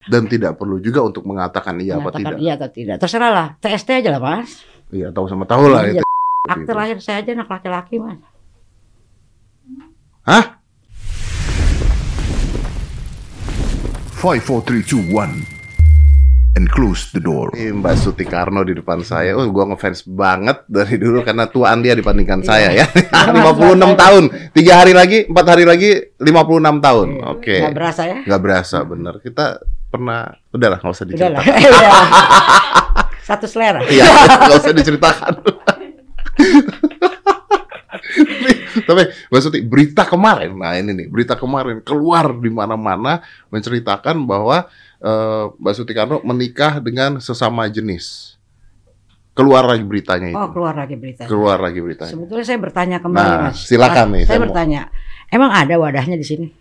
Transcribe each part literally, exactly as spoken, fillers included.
Dan tidak perlu juga untuk mengatakan iya apa tidak. Iya atau tidak. Terserah lah. T S T aja lah Mas. Iya tahu sama tahu lah Iya. itu. Akte lahir saya aja anak laki-laki Mas. Hah? five, four, three, two, one and close the door. Ini Mbak Sutikarno di depan saya. Oh, gua ngefans banget dari dulu karena tuaan dia dibandingkan saya ya. lima puluh enam tahun. Tiga hari lagi, empat hari lagi lima puluh enam tahun. Iya. Oke. Nggak berasa ya? Nggak berasa bener. Kita pernah udahlah nggak usah Udah lah. diceritakan. Satu selera. Iya, nggak usah diceritakan. Tapi Mbak Suti, berita kemarin, nah ini nih, berita kemarin keluar di mana-mana menceritakan bahwa uh, Mbak Sutikarno menikah dengan sesama jenis. Keluar lagi beritanya itu. Oh, keluar lagi beritanya. Keluar lagi beritanya. Sebetulnya saya bertanya kembali, Nah, Mas. silakan Mas, nih, Saya, saya mau- bertanya, emang ada wadahnya di sini?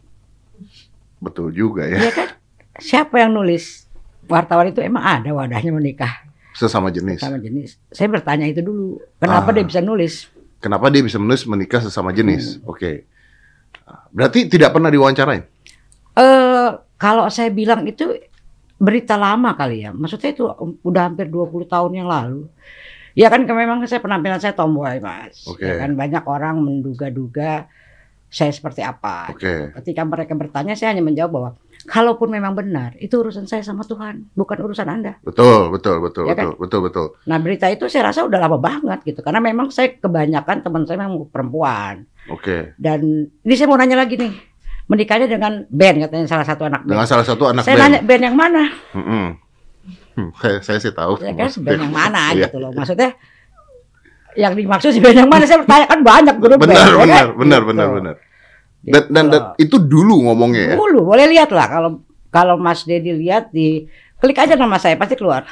Betul juga ya. Iya kan? Siapa yang nulis? Wartawan itu emang ada wadahnya menikah Sesama jenis. sama jenis. Saya bertanya itu dulu. Kenapa Ah. dia bisa nulis? Kenapa dia bisa menulis menikah sesama jenis? Hmm. Oke. Berarti tidak pernah diwawancarain? Eh, kalau saya bilang itu berita lama kali ya. Maksudnya itu udah hampir dua puluh tahun yang lalu. Ya kan memang saya penampilan saya tomboy, Mas. Oke. Ya kan banyak orang menduga-duga saya seperti apa. Oke. Ketika mereka bertanya, saya hanya menjawab bahwa kalaupun memang benar, itu urusan saya sama Tuhan, bukan urusan Anda. Betul, betul, betul, Ya kan? betul, betul, betul. Nah, berita itu saya rasa udah lama banget gitu. Karena memang saya kebanyakan teman saya memang perempuan. Oke. Dan ini saya mau nanya lagi nih. Menikahnya dengan band katanya salah satu anak band. Dengan salah satu anak Saya band. nanya band yang mana? Mm-mm. Hmm, saya, saya sih tahu. Ya kan band yang mana Iya. gitu loh. Maksudnya yang dimaksud si band yang mana? Saya bertanya kan banyak grup band. Benar, ya benar, kan? benar, Gitu. benar, benar. Dan, Gitu dan, dan loh. itu dulu ngomongnya ya. Dulu boleh lihat lah kalau kalau Mas Dedi lihat di klik aja nama saya pasti keluar.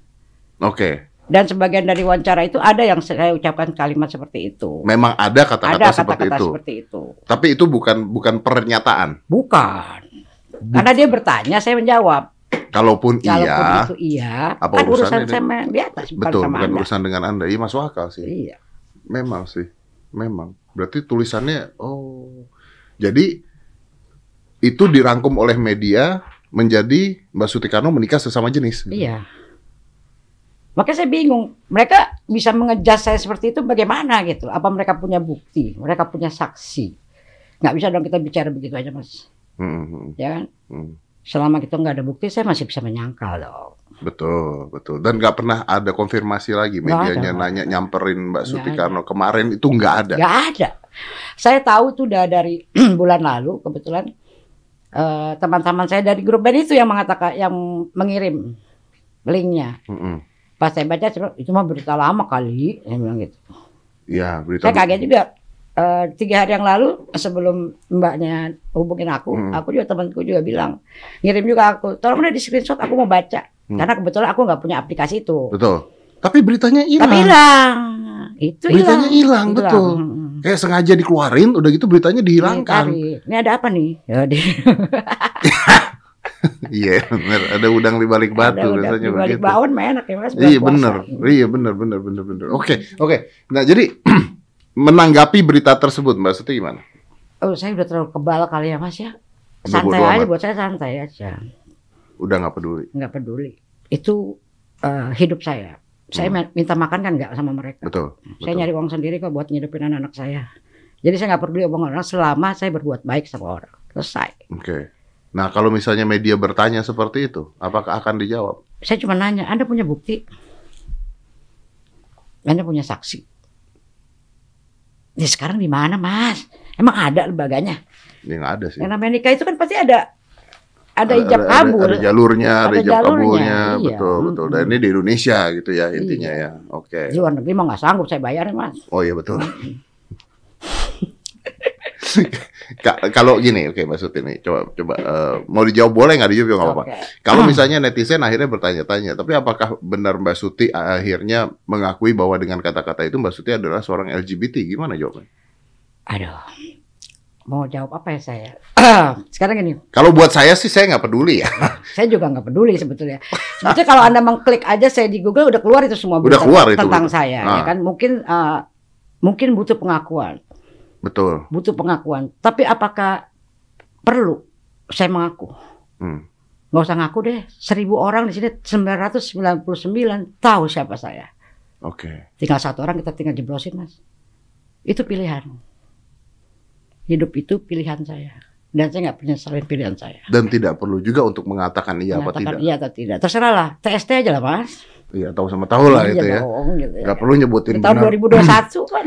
Oke. Dan sebagian dari wawancara itu ada yang saya ucapkan kalimat seperti itu. Memang ada kata-kata Ada seperti kata-kata itu. seperti itu. Tapi itu bukan bukan pernyataan. Bukan. Karena dia bertanya, saya menjawab. Kalaupun, Kalaupun iya, itu iya, apa kan urusannya urusan ini? saya sama di atas, bukan betul, sama bukan Anda. urusan dengan Anda. Iya masuk akal sih. Iya. Memang sih. Memang. Berarti tulisannya oh. Jadi itu dirangkum oleh media menjadi Mbak Sutikarno menikah sesama jenis. Iya. Makanya saya bingung, mereka bisa mengejas saya seperti itu bagaimana gitu? Apa mereka punya bukti? Mereka punya saksi? Nggak bisa dong kita bicara begitu aja, Mas. Hmm, Ya kan? hmm. Selama kita nggak ada bukti, saya masih bisa menyangkal dong. Betul, betul. Dan nggak pernah ada konfirmasi lagi Nggak medianya ada. nanya nyamperin Mbak Nggak Sutikarno kemarin itu nggak ada. Nggak ada. Saya tahu tuh udah dari bulan lalu kebetulan eh, teman-teman saya dari grup band itu yang mengatakan, yang mengirim linknya. Mm-mm. Pas saya baca, saya bilang, itu mah berita lama kali, saya bilang gitu. Ya, berita. Saya kaget juga. Eh, tiga hari yang lalu sebelum mbaknya hubungin aku, Hmm. aku juga temanku juga bilang, ngirim juga aku, tolong deh di screenshot, aku mau baca. Hmm. Karena kebetulan aku nggak punya aplikasi itu. Betul. Tapi beritanya hilang. Tapi hilang, itu Beritanya hilang, Hilang. betul. Hmm. Kayak sengaja dikeluarin, udah gitu beritanya dihilangkan. Dicari. Ini ada apa nih? Ya, di, Iya, benar. Ada udang di balik batu ada udah biasanya di balik begitu. bawon mah enak ya mas. bulan Iya puasa. benar, iya benar, benar, benar, benar. Oke, oke. Nah jadi menanggapi berita tersebut, Mbak Suti gimana? Oh saya udah terlalu kebal kali ya mas ya. Udah Santai bodo aja amat. buat saya, santai aja. Udah nggak peduli. Nggak peduli. Itu eh, hidup saya. Saya Hmm. minta makan kan nggak sama mereka. Betul. Saya betul. nyari uang sendiri kok buat ngidupin anak-anak saya. Jadi saya nggak peduli omongan orang selama saya berbuat baik sama orang. Selesai. Oke. Nah kalau misalnya media bertanya seperti itu, apakah akan dijawab? Saya cuma nanya, Anda punya bukti? Anda punya saksi? Ya sekarang di mana mas? Emang ada lembaganya? Ya nggak ada sih. Yang namanya nikah itu kan pasti ada ada ijab kabul. Ada, ada jalurnya, ada, Ada ijab jalurnya, kabulnya, iya. betul, betul. Dan ini di Indonesia gitu ya intinya Iya. ya. Oke. Di luar negeri mah nggak sanggup saya bayarin mas. Oh iya betul. Ka- Kalau gini, oke Mbak Suti nih, coba coba eh, mau dijawab boleh nggak dijawab juga nggak apa-apa. Oke. Kalau misalnya netizen akhirnya bertanya-tanya, tapi apakah benar Mbak Suti akhirnya mengakui bahwa dengan kata-kata itu Mbak Suti adalah seorang L G B T? Gimana jawabnya? Aduh, mau jawab apa ya saya? Sekarang gini, Kalau buat saya sih saya nggak peduli ya. saya juga nggak peduli sebetulnya. Sebetulnya kalau anda mengklik aja saya di Google udah keluar itu semua Udah berita keluar itu, tentang betul. saya, Ah. ya kan? Mungkin eh, mungkin butuh pengakuan, Betul. butuh pengakuan. Tapi apakah perlu saya mengaku? Hmm. nggak usah ngaku deh. Seribu orang di sini sembilan ratus sembilan puluh sembilan tahu siapa saya. Oke. Tinggal satu orang kita tinggal jeblosin, Mas. Itu pilihan. Hidup itu pilihan saya. Dan saya nggak punya selain pilihan saya. Dan tidak perlu juga untuk mengatakan iya apa Mengatakan tidak. iya atau tidak. Terserah lah. T S T aja lah, Mas. Iya, tahu sama tahu lah itu ya. Dong, gitu ya. Nggak perlu nyebutin Di tahun benar. dua ribu dua puluh satu kan.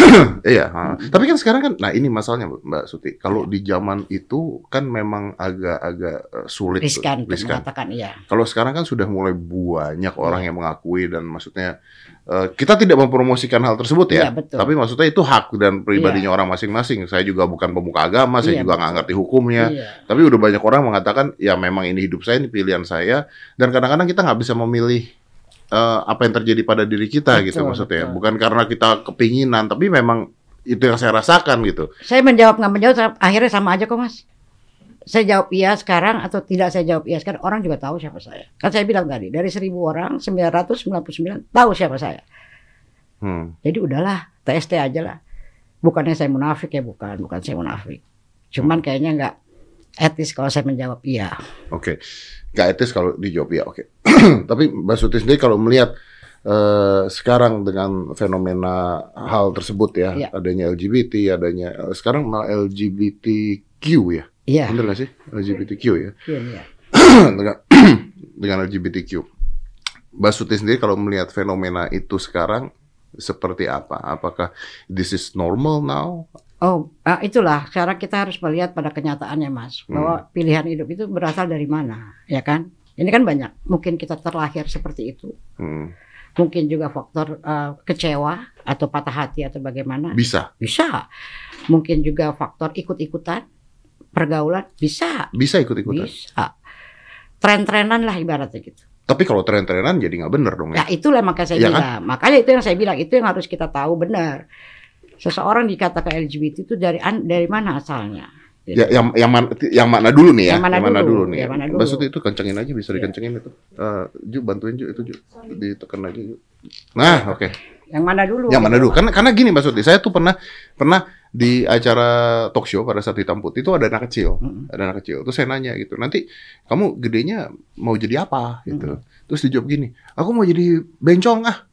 Iya, ha. Tapi kan sekarang kan, nah ini masalahnya Mbak Suti. Kalau di zaman itu kan memang agak-agak eh, sulit, tuh, Riskan untuk riskan. mengatakan iya. Kalau sekarang kan sudah mulai banyak orang yang mengakui dan maksudnya eh, kita tidak mempromosikan hal tersebut ya. Iya, betul. Tapi maksudnya itu hak dan pribadinya orang masing-masing. Saya juga bukan pemuka agama, saya Iya, juga nggak betul. ngerti hukumnya. Iya. Tapi udah banyak orang mengatakan ya memang ini hidup saya, ini pilihan saya. Dan kadang-kadang kita nggak bisa memilih eh, apa yang terjadi pada diri kita Betul, gitu maksudnya. betul. Bukan karena kita kepinginan, tapi memang itu yang saya rasakan gitu. Saya menjawab nggak menjawab akhirnya sama aja kok, Mas. Saya jawab iya sekarang atau tidak saya jawab iya sekarang, orang juga tahu siapa saya. Kan saya bilang tadi dari seribu orang sembilan ratus sembilan puluh sembilan tahu siapa saya. Hmm. Jadi udahlah T S T aja lah. Bukannya saya munafik ya, bukan, bukan saya munafik. Cuman kayaknya nggak etis kalau saya menjawab iya. Oke, nggak etis kalau dijawab ya. Oke, tapi Mbak Suti sendiri kalau melihat eh, sekarang dengan fenomena hal tersebut ya, Iya. adanya L G B T, adanya eh, sekarang malah L G B T Q ya, Iya. bener nggak sih L G B T Q ya? Iya, iya. dengan dengan L G B T Q, Mbak Suti sendiri kalau melihat fenomena itu sekarang seperti apa? Apakah this is normal now? Oh, ah, itulah. Sekarang kita harus melihat pada kenyataannya, Mas, Hmm. bahwa pilihan hidup itu berasal dari mana, ya kan? Ini kan banyak. Mungkin kita terlahir seperti itu. Hmm. Mungkin juga faktor eh, kecewa atau patah hati atau bagaimana. Bisa, Bisa. Mungkin juga faktor ikut-ikutan, pergaulan. Bisa. bisa ikut-ikutan. Bisa. Tren-trenan lah ibaratnya gitu. Tapi kalau tren-trenan jadi nggak bener dong ya? Ya itulah makanya saya Iya bilang. Makanya itu yang saya bilang. Itu yang harus kita tahu benar. Seseorang dikatakan L G B T itu dari an- dari mana asalnya? Gitu. Ya, yang yang mana yang mana dulu nih ya? Yang mana dulu, nih? yang mana Mbak dulu. Suti itu kencengin aja, bisa Iya. dikencengin itu. Eh, Ju bantuin Ju itu Ju, ditekan aja Ju. Nah, oke. Yang mana dulu? Yang mana dulu? Karena karena gini Mbak Suti, saya tuh pernah pernah di acara talk show pada saat hitam putih itu ada anak kecil, Mm-mm. ada anak kecil. Terus saya nanya gitu, nanti kamu gedenya mau jadi apa gitu. Terus dijawab gini, aku mau jadi bencong ah.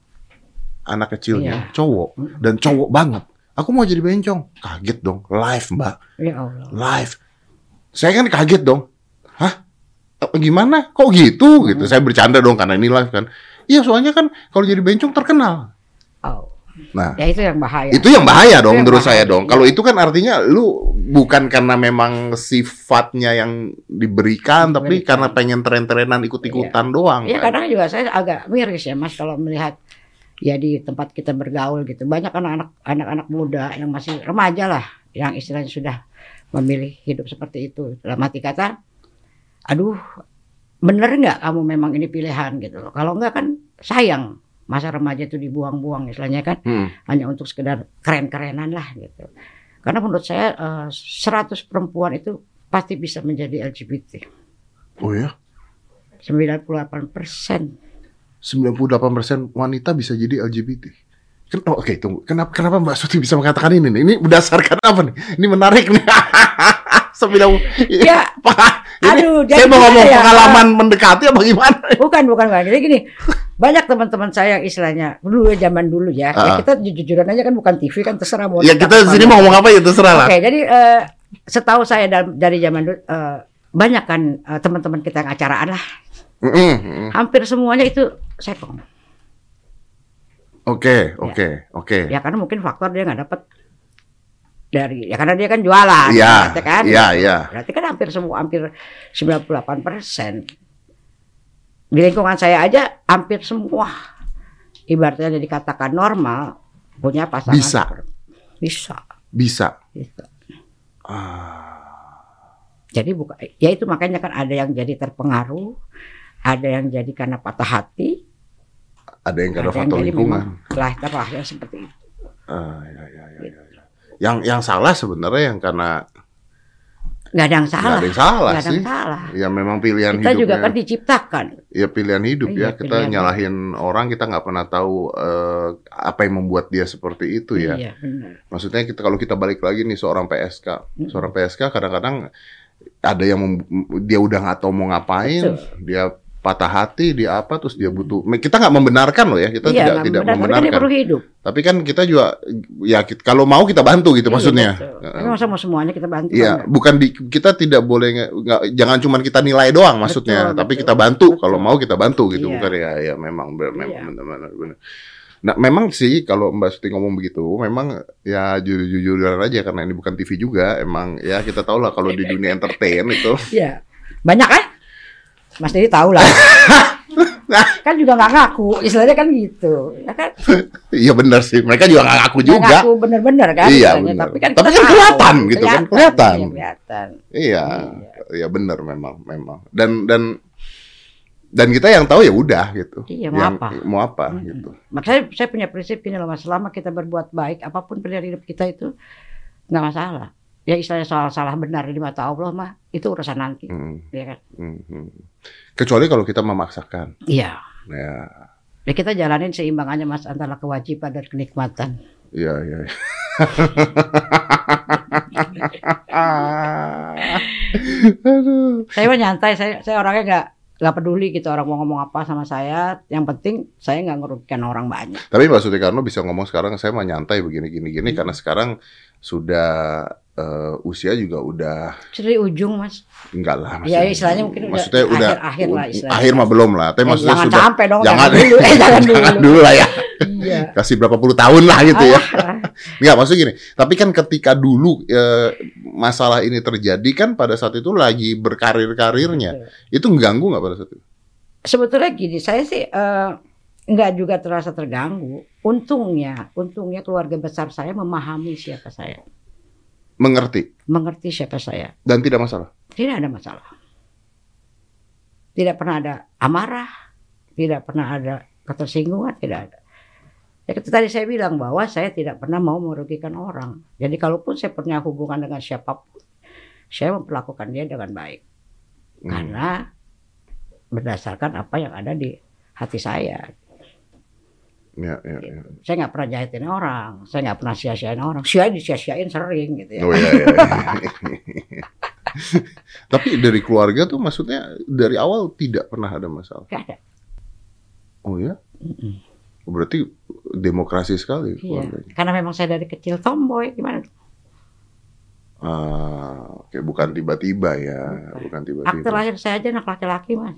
Anak kecilnya Iya. cowok dan cowok banget. Aku mau jadi bencong. Kaget dong, live Mbak, Ya Allah. live. Saya kan kaget dong. Hah? Apa gimana? Kok gitu? Gitu. Saya bercanda dong karena ini live kan. Iya, soalnya kan kalau jadi bencong terkenal. Oh. Nah, Ya itu yang bahaya. itu yang bahaya dong Itu yang menurut bahaya, saya dong. iya. Kalau itu kan artinya lu bukan karena memang sifatnya yang diberikan, tapi Diberikan. karena pengen tren-trenan ikut-ikutan doang. Iya, kan? kadang juga saya agak miris ya, Mas, kalau melihat ya di tempat kita bergaul gitu. Banyak anak-anak anak-anak muda yang masih remaja lah, yang istilahnya sudah memilih hidup seperti itu. Dalam arti kata, aduh, bener nggak kamu memang ini pilihan gitu loh. Kalau nggak kan sayang masa remaja itu dibuang-buang istilahnya kan, Hmm. hanya untuk sekedar keren-kerenan lah gitu. Karena menurut saya eh, seratus perempuan itu pasti bisa menjadi L G B T. Oh ya, sembilan puluh delapan persen. sembilan puluh delapan persen wanita bisa jadi L G B T. Ken- oh, Oke, tunggu. Kenapa kenapa Mbak Suti bisa mengatakan ini nih? Ini berdasarkan apa nih? Ini menarik nih. sembilan puluh Ya, Pak, ini aduh, saya jadi mau ngomong gimana ya? pengalaman mendekati apa gimana? Bukan, bukan, bukan. Jadi gini, banyak teman-teman saya yang istilahnya dulu ya, zaman dulu ya. Ya Ah. kita jujur-jujuran aja kan, bukan T V kan, terserah mau. Ya cakap kita apa sini enggak. mau ngomong apa ya terserah lah. Oke, jadi eh, setahu saya dari, dari zaman dulu eh, banyak kan eh, teman-teman kita yang acaraan lah. Mm-mm, mm-mm. Hampir semuanya itu sekong. Oke, oke, oke. Ya karena mungkin faktor dia nggak dapat dari, ya karena dia kan jualan, Iya, berarti kan. iya, iya. Berarti kan hampir semua, hampir sembilan puluh delapan persen. Di lingkungan saya aja hampir semua ibaratnya dikatakan normal punya pasangan. Bisa. Bisa. Bisa. Bisa. Ah, Jadi bukan, ya itu makanya kan ada yang jadi terpengaruh, ada yang jadi karena patah hati, ada yang karena ada yang faktor jadi lingkungan. memang telah terlahir seperti itu. Ah, ya, ya, ya, ya, ya. Yang yang salah sebenarnya yang karena Nggak ada yang nggak salah. ada yang salah Nggak ada sih. yang salah. Ya memang pilihan Kita hidupnya. juga kan diciptakan. Ya pilihan hidup Iya, ya. Kita pilihan nyalahin orang, kita nggak pernah tahu eh, apa yang membuat dia seperti itu ya. Iya, benar. Maksudnya kita kalau kita balik lagi nih seorang P S K, Mm. seorang P S K kadang-kadang ada yang mem- dia udah nggak tahu mau ngapain, Betul. dia patah hati, dia apa, terus dia butuh. Kita nggak membenarkan loh ya, kita Iya, tidak nggak tidak membenarkan, tapi kan dia membenarkan. perlu hidup. Tapi kan kita juga ya kita, kalau mau kita bantu gitu Iya, maksudnya. betul. Tapi masa mau semuanya kita bantu? Iya, kan? bukan di, kita tidak boleh nge- nggak, jangan cuma kita nilai doang maksudnya, Betul, tapi betul. kita bantu. Betul. Kalau mau kita bantu gitu, Iya. bukan ya ya memang ber- memang Iya. benar-benar benar. Nah, memang sih kalau Mbak Suti ngomong begitu, memang ya jujur-jujuran aja karena ini bukan T V juga, emang ya kita tahu lah kalau di dunia entertain itu. Iya. Banyak kan? Mas Dedi tahu lah. Kan juga nggak ngaku, istilahnya kan gitu. Ya kan? Iya benar sih, mereka juga nggak ngaku Nggak juga. ngaku bener-bener kan? Iya, istilahnya. bener. Tapi kan, Tapi kita kan tahu. kelihatan gitu kan, kelihatan. Iya, kelihatan. Iya, iya benar memang, memang. Dan dan dan kita yang tahu ya udah gitu. Iya, mau yang, apa? Mau apa Mm-mm. gitu. Makanya saya punya prinsip gini loh Mas, selama kita berbuat baik, apapun pilihan hidup kita itu nggak masalah. Ya istilahnya soal salah benar di mata Allah mah itu urusan nanti, Hmm, ya kan? hmm, hmm. Kecuali kalau kita memaksakan. Iya. Ya, Ya kita jalanin seimbangannya Mas antara kewajiban dan kenikmatan. iya, iya. Aduh. Saya mah nyantai, saya saya orangnya nggak nggak peduli gitu orang mau ngomong apa sama saya. Yang penting saya nggak ngerugikan orang banyak. Tapi Mbak Suti Karno bisa ngomong sekarang saya mah nyantai begini gini gini Hmm. karena sekarang sudah eh, usia juga udah Dari ujung Mas. enggak lah Ya istilahnya mungkin udah maksudnya udah akhir-akhir lah istilahnya. akhir mah belum lah tapi Eh, maksudnya jangan sudah sampai dong, jangan jangan dulu, eh, jangan dulu. jangan dulu lah ya Iya. kasih berapa puluh tahun lah gitu ya Ah, enggak maksud gini tapi kan ketika dulu eh, masalah ini terjadi kan pada saat itu lagi berkarir-karirnya itu mengganggu nggak pada saat itu Sebetulnya gini, saya sih eh, nggak juga terasa terganggu. Untungnya, untungnya keluarga besar saya memahami siapa saya, mengerti mengerti siapa saya. dan tidak masalah Tidak ada masalah. Tidak pernah ada amarah, tidak pernah ada ketersinggungan, tidak ada. Ya, itu tadi saya bilang bahwa saya tidak pernah mau merugikan orang. Jadi kalaupun saya punya hubungan dengan siapapun, saya memperlakukan dia dengan baik. Hmm. Karena berdasarkan apa yang ada di hati saya. ya, ya, ya. Saya nggak pernah jahitin orang, saya nggak pernah sia-siain orang. Sia disia-siain sering gitu ya. Oh iya, iya, iya. Tapi dari keluarga tuh maksudnya dari awal tidak pernah ada masalah. Nggak ada. Oh ya? Mm-mm. Berarti demokrasi sekali Iya. keluarganya. Karena memang saya dari kecil tomboy, gimana? Ah, oke bukan tiba-tiba ya, bukan Akte tiba-tiba. lahir saya aja anak laki-laki mas.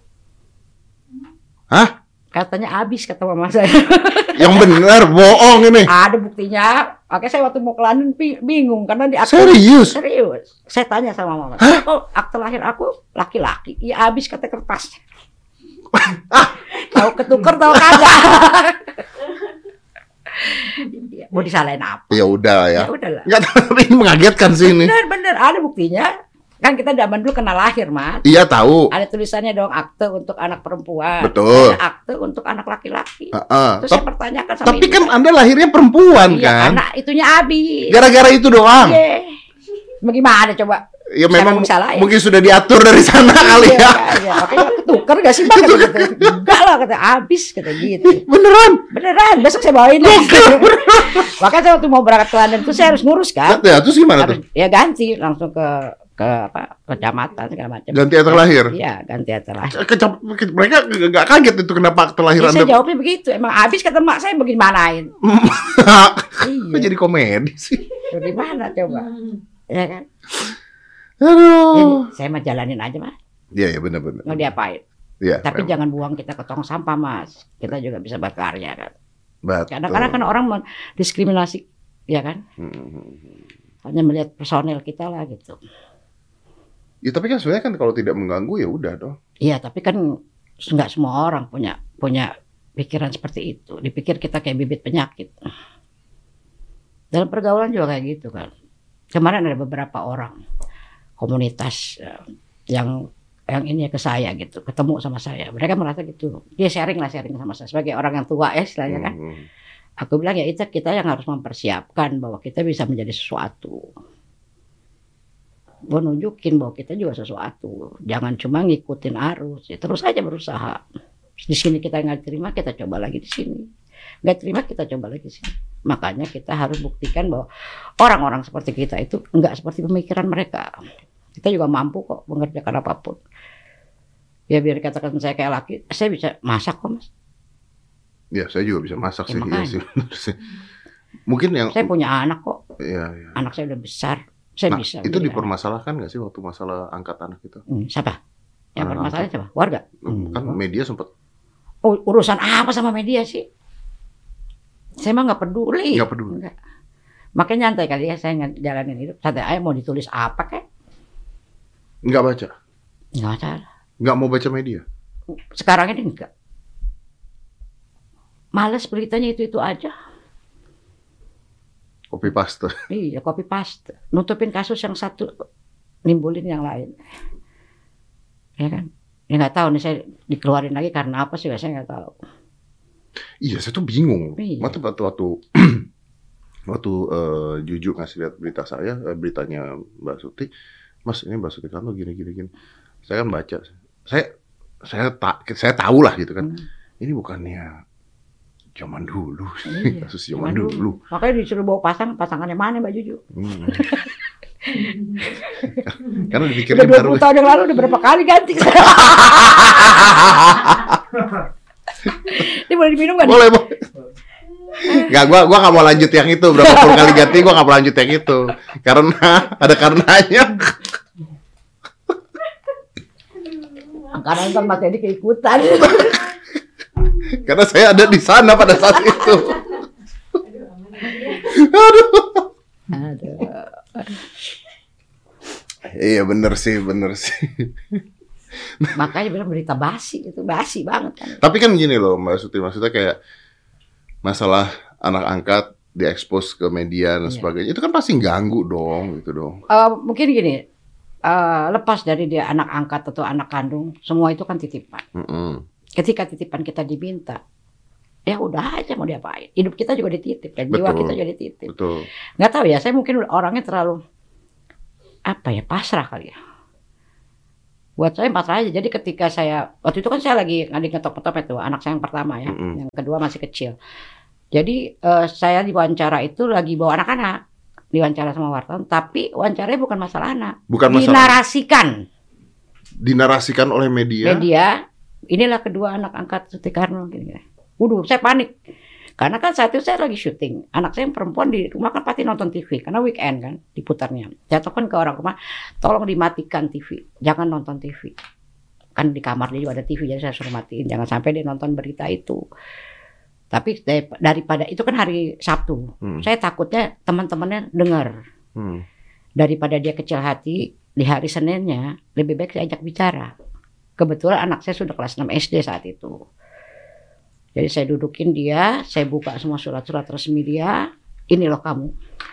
Hah? Katanya habis kata mama saya. Yang benar bohong ini. Ada buktinya. Oke saya waktu mau ke London bi- bingung karena di akte Serius? serius. Saya tanya sama mama. Oh akte lahir aku laki-laki. Iya habis kata kertasnya. Tahu ketuker tahu kagak. Iya, mau disalahin apa? Ya udah ya. Ya udahlah. Enggak tapi ini mengagetkan sih ini. Bener bener ada buktinya. Kan kita zaman dulu kena lahir mas. Iya tahu. Ada tulisannya dong akte untuk anak perempuan. Betul. Ada akte untuk anak laki-laki. Heeh. Terus saya Tap- pertanyakan sama Tapi ibu kan saya, Anda lahirnya perempuan iya, kan? anak itunya habis. Gara-gara itu doang. Iya. Bagaimana coba? Ya Siapa memang yang disalahin? mungkin sudah diatur dari sana kali Iya, ya. iya. Makanya ketuker gak sih mbak? Kata gitu. Enggak lah kata habis kata gitu. Beneran? Beneran besok saya bawain lagi. Makanya saya waktu mau berangkat ke London itu saya harus ngurus kan. Ya, terus gimana tuh? Harus, ya ganti langsung ke ke apa kecamatan segala macam. Ganti akte lahir? Iya ganti akte lahir. Kecap, ke- mereka nggak kaget itu kenapa akte lahir Ya, saya Anda jawabnya begitu. Emang habis kata mak saya bagaimanain? Kok Iya. jadi komedi sih? Bagaimana coba? Ya kan? Jadi, Aduh. saya mah jalanin aja mas. Iya, ya benar-benar. Mau diapain? Iya. Tapi memang. jangan buang kita ke tong sampah mas. Kita juga bisa berkarya kan. Betul. Kadang-kadang kan orang mendiskriminasi, ya kan? Hmm. Hanya melihat personel kita lah gitu. Ya tapi kan sebenarnya kan kalau tidak mengganggu ya udah dong. Iya, tapi kan nggak semua orang punya punya pikiran seperti itu. Dipikir kita kayak bibit penyakit. Dalam pergaulan juga kayak gitu kan. Kemarin ada beberapa orang komunitas eh, yang yang ini ke saya gitu, ketemu sama saya. Mereka merasa gitu. Dia sharing lah sharing sama saya sebagai orang yang tua ya istilahnya kan. Hmm. Aku bilang ya itu kita yang harus mempersiapkan bahwa kita bisa menjadi sesuatu. Gue nunjukin bahwa kita juga sesuatu. Jangan cuma ngikutin arus. Ya, terus aja berusaha. Di sini kita nggak terima, kita coba lagi di sini. Nggak terima, kita coba lagi di sini. Makanya kita harus buktikan bahwa orang-orang seperti kita itu nggak seperti pemikiran mereka. Kita juga mampu kok mengerjakan apapun. Ya biar katakan saya kayak laki, saya bisa masak kok Mas. Ya saya juga bisa masak Ya, sih, ya, makanya. sih, bener sih. Mungkin yang Saya punya anak kok, ya, ya. anak saya udah besar, saya Nah, bisa. itu menjadi dipermasalahkan nggak sih waktu masalah angkat anak itu? anak. Hmm, siapa? Yang Anak bermasalah siapa? Warga? Hmm. Kan media sempat Oh, urusan apa sama media sih? Saya mah nggak peduli. nggak peduli. Enggak. Makanya nyantai kali ya saya nge- jalanin hidup. Santai aja mau ditulis apa kek? Nggak baca, Nggak masalah. nggak mau baca media. Sekarang ini enggak. Males beritanya itu-itu aja. Copy paste. Iya, copy paste. Nutupin kasus yang satu, nimbulin yang lain. Ya kan? Ya nggak tahu nih saya dikeluarin lagi karena apa sih? Saya nggak tahu. Iya, saya tuh bingung. Iya. Waktu waktu waktu, waktu eh, Juju ngasih lihat berita saya, eh, beritanya Mbak Suti, Mas ini Mbak Suti Karno gini gini gini. Saya kan baca, saya saya tak saya tahu lah gitu kan. Hmm. Ini bukannya zaman dulu, Iya, kasus zaman zaman dulu. Makanya disuruh bawa pasang, pasangannya mana Mbak Juju? Hmm. Karena Udah dipikirin dua baru. puluh tahun yang lalu udah berapa kali ganti. Ini boleh diminum nggak? Boleh, boleh. Gak, gua gua gak mau lanjut yang itu. Berapa puluh kali ganti gua gak mau lanjut yang itu. Karena ada karenanya. Karena nonton Mas Edi keikutan. Karena saya ada di sana pada saat itu. Aduh. Aduh. Iya bener sih, bener sih. Makanya bilang berita basi itu basi banget kan. Tapi kan gini loh Mbak Suti, maksudnya kayak masalah anak angkat diekspos ke media dan Iya. sebagainya. Itu kan pasti ganggu dong, gitu dong. Eh, mungkin gini, eh, lepas dari dia anak angkat atau anak kandung, semua itu kan titipan. Mm-mm. Ketika titipan kita diminta, ya udah aja mau diapain. Hidup kita juga dititip, kan jiwa Betul. kita juga dititip. Betul. Nggak tahu ya, saya mungkin orangnya terlalu apa ya, pasrah kali ya. Buat saya pasrah aja. Jadi ketika saya waktu itu kan saya lagi ngadik ngetop-ngetop itu anak saya yang pertama ya, Mm-mm. yang kedua masih kecil. Jadi eh, saya diwawancara itu lagi bawa anak-anak, diwawancara sama wartawan, tapi wawancaranya bukan masalah anak, Bukan masalah. dinarasikan Dinarasikan oleh media. media. Inilah kedua anak angkat Suti Karno gini. Waduh, saya panik. Karena kan saat itu saya lagi syuting. Anak saya yang perempuan di rumah kan pasti nonton T V. Karena weekend kan diputarnya. Saya telepon ke orang rumah, tolong dimatikan T V. Jangan nonton T V. Kan di kamar dia juga ada T V, jadi saya suruh matiin. Jangan sampai dia nonton berita itu. Tapi daripada, itu kan hari Sabtu. Hmm. Saya takutnya teman-temannya dengar. Hmm. Daripada dia kecil hati, di hari Seninnya, lebih baik saya ajak bicara. Kebetulan anak saya sudah kelas enam S D saat itu. Jadi saya dudukin dia, saya buka semua surat-surat resmi dia. Ini loh kamu.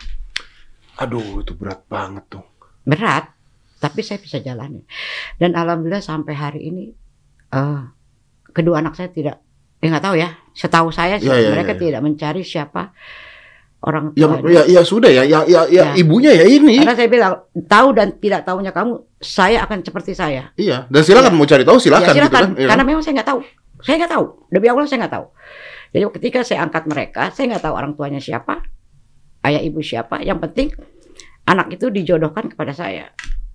Aduh, itu berat banget tuh. Berat, tapi saya bisa jalani. Dan alhamdulillah sampai hari ini, eh, kedua anak saya tidak, ya nggak tahu ya. Setahu saya sih, Ya, ya, mereka ya, ya. tidak mencari siapa orang Ya, tuanya. ya, ya sudah ya, ya, ya, ya, Ya. ibunya ya ini. Karena saya bilang, tahu dan tidak tahunya kamu, saya akan seperti saya. Iya, dan silakan Ya. mau cari tahu silakan, Ya, gitu silakan. kan. Iya Karena kan? memang saya nggak tahu. Saya nggak tahu. Demi Allah saya nggak tahu. Jadi ketika saya angkat mereka, saya nggak tahu orang tuanya siapa, ayah ibu siapa. Yang penting anak itu dijodohkan kepada saya.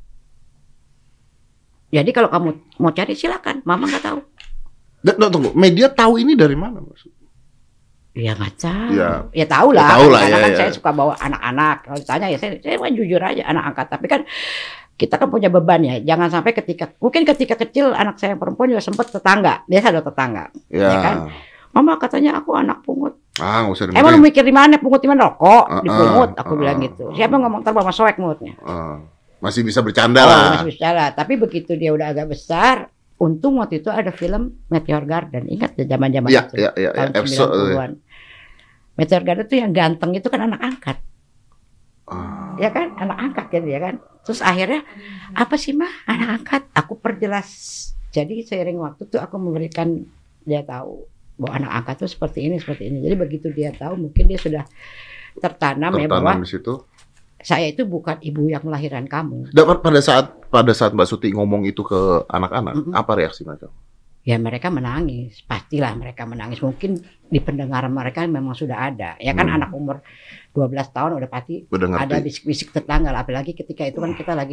Jadi kalau kamu mau cari silakan. Mama nggak tahu. Dan, dan, tunggu, media tahu ini dari mana, Mas? Ya nggak tahu. Ya. Ya, tahu lah. Ya, tahu lah, Karena ya, kan ya. saya suka bawa anak-anak. Kalau ditanya ya saya, saya mah jujur aja anak angkat. Tapi kan kita kan punya beban ya. Jangan sampai ketika mungkin ketika kecil anak saya yang perempuan juga sempat tetangga. Biasa ada tetangga. Ya. Ya kan? Mama katanya aku anak pungut. Ah, nggak usah Emang lu dengerin. mikir di mana pungut di mana rokok, Uh-uh, dipungut, aku uh-uh, bilang gitu. Siapa yang ngomong ntar mama soek mulutnya? Ah, masih bisa bercanda Oh, lah. masih bicara. Tapi begitu dia udah agak besar, untung waktu itu ada film Meteor Garden. Ingat ya zaman-zaman Iya, itu? iya, iya, tahun iya, episode, sembilan puluhan. Meteor Garden tuh yang ganteng itu kan anak angkat. Ah, Ya kan? Anak angkat kan ya kan? Terus akhirnya, apa sih mah anak angkat? Aku perjelas. Jadi seiring waktu tuh aku memberikan dia tahu bahwa anak angkat tuh seperti ini, seperti ini. Jadi begitu dia tahu, mungkin dia sudah tertanam, ya bahwa tertanam di situ. saya itu bukan ibu yang melahirkan kamu. Dan pada saat pada saat Mbak Suti ngomong itu ke anak-anak, Mm-mm. apa reaksi mereka? Ya mereka menangis, pastilah mereka menangis. Mungkin di pendengaran mereka memang sudah ada. Ya kan Hmm. anak umur dua belas tahun udah pasti Udah ada ngerti. bisik-bisik tetangga. Apalagi ketika itu kan kita lagi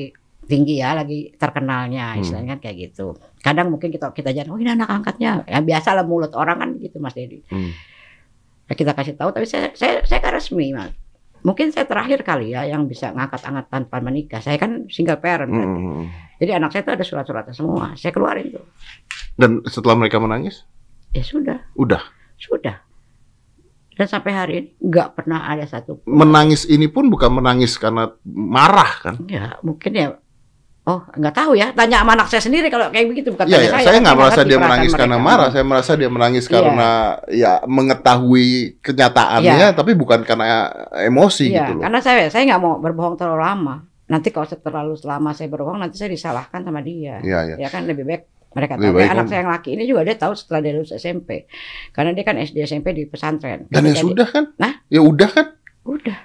tinggi ya, lagi terkenalnya, istilahnya kan kayak gitu. Kadang mungkin kita kita jangan, oh ini anak angkatnya, ya biasa lah mulut orang kan gitu Mas Dedi. Hmm. Ya, kita kasih tahu, tapi saya saya saya kan resmi Mas. Mungkin saya terakhir kali ya yang bisa ngangkat-angkat tanpa menikah. Saya kan single parent. Kan? Hmm. Jadi anak saya itu ada surat-suratnya semua. Saya keluarin tuh. Dan setelah mereka menangis? Ya sudah. Udah. Sudah. Dan sampai hari ini nggak pernah ada satu. Menangis ini pun bukan menangis karena marah kan? Ya mungkin ya. Oh nggak tahu ya. Tanya sama anak saya sendiri kalau kayak begitu. Bukan Iya, tanya ya, saya. saya nggak merasa ngerti dia perasaan menangis karena mereka. marah. Saya merasa dia menangis Iya. karena ya mengetahui kenyataannya, Iya. tapi bukan karena emosi Iya, gitu loh. karena saya saya nggak mau berbohong terlalu lama. Nanti kalau terlalu lama saya berbohong, nanti saya disalahkan sama dia. Iya, iya. Ya kan lebih baik mereka Lebih tahu. baik Kayak anak kan. saya yang laki ini juga dia tahu setelah dia lulus S M P. Karena dia kan S D S M P di pesantren. Dan ya Jadi- sudah kan? Nah? Ya udah kan? Udah.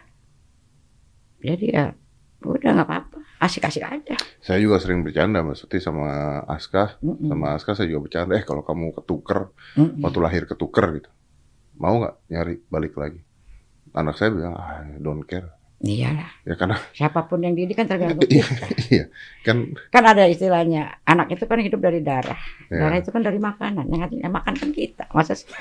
Jadi ya udah nggak apa-apa. Asik-asik aja. Saya juga sering bercanda Mbak Suti sama Aska. Mm-mm. Sama Aska saya juga bercanda, eh kalau kamu ketuker, Mm-mm. waktu lahir ketuker gitu, mau nggak nyari balik lagi? Anak saya bilang, ah, don't care. Iyalah. Ya karena, Siapapun yang didik kan tergantung iya, kita. iya, kan, Kan ada istilahnya, anak itu kan hidup dari darah. ya. Darah itu kan dari makanan. Yang, yang makan kan kita. Masa sih?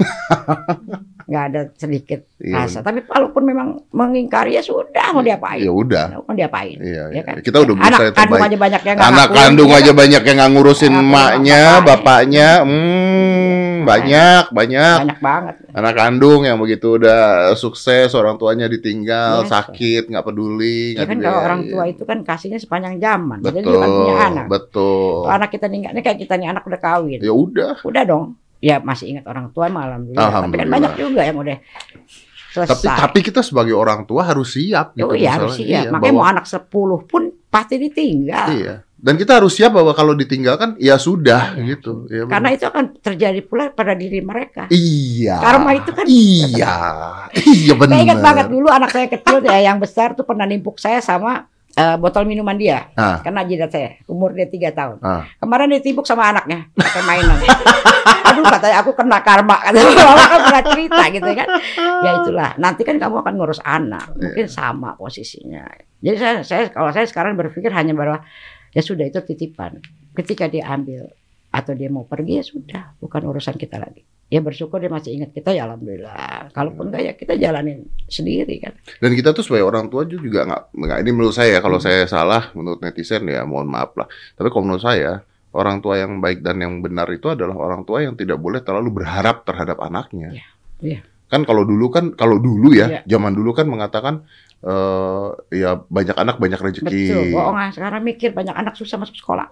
Nggak ada sedikit Iya, rasa. Tapi walaupun memang mengingkari ya sudah, mau diapain? ya udah. Mau diapain? Iya, Ya kan? kita udah berusaha Anak yang kandung terbaik. aja banyak yang nggak Anak ngakuin, kandung ya aja kan? banyak yang nggak ngurusin Ngakuin emaknya, bapaknya. bapaknya, hmm, banyak, banyak. Banyak banget. Anak kandung yang begitu udah sukses, orang tuanya ditinggal, Yes. sakit, nggak peduli, Ya nggak kan kalau orang dibiayain. tua itu kan kasihnya sepanjang zaman. Jadi dia Betul, kan punya anak. betul. Kalau anak kita nih, ini kayak kita nih anak udah kawin. Ya udah. Udah dong. Ya masih ingat orang tua malam dulu. Tapi kan Alhamdulillah. banyak juga yang udah selesai. Tapi tapi kita sebagai orang tua harus siap gitu. Oh iya harus misalnya. siap. Iya, Makanya bahwa- mau anak sepuluh pun pasti ditinggal. Iya. Dan kita harus siap bahwa kalau ditinggalkan ya sudah Iya. gitu. Ya, benar. Karena itu akan terjadi pula pada diri mereka. Iya. Karma itu kan- Iya. Iya benar. Saya ingat banget dulu anak saya kecil ya, yang besar tuh pernah nimpuk saya sama eh, botol minuman dia. Ah. Kena jidat saya. Umur dia tiga tahun. Ah. Kemarin ditimpuk sama anaknya pakai mainan. Aduh katanya aku kena karma. Mama kan pernah cerita gitu kan. Ya itulah. Nanti kan kamu akan ngurus anak. Mungkin sama posisinya. Jadi saya, saya kalau saya sekarang berpikir hanya bahwa ya sudah itu titipan. Ketika dia ambil atau dia mau pergi ya sudah, bukan urusan kita lagi. Ya bersyukur dia masih ingat kita ya alhamdulillah. Kalaupun enggak ya kita jalanin sendiri kan. Dan kita tuh sebagai orang tua juga nggak, nggak ini menurut saya ya, kalau saya salah menurut netizen ya mohon maaf lah. Tapi kalau menurut saya orang tua yang baik dan yang benar itu adalah orang tua yang tidak boleh terlalu berharap terhadap anaknya. Iya, iya. Kan kalau dulu kan kalau dulu ya, Iya. zaman dulu kan mengatakan eh ya banyak anak banyak rezeki. Betul, bohong ah. Sekarang mikir banyak anak susah masuk sekolah.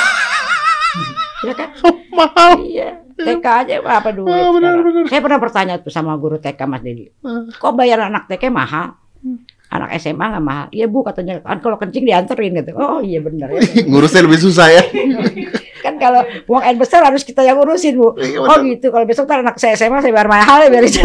Ya kan? Mahal. Iya, T K aja apa dulu. Ah, benar, benar. Saya pernah bertanya tuh sama guru T K Mas Dedi. Ah. Kok bayar anak T K mahal? Anak S M A nggak mahal? Iya Bu katanya. Kan kalau kencing dianterin gitu. Oh iya benar ya. Ngurusnya lebih susah ya. Kan kalau uang air besar harus kita yang ngurusin Bu. Iya, Oh betul. gitu. Kalau besok ntar anak saya S M A saya bayar mahal ya biar biar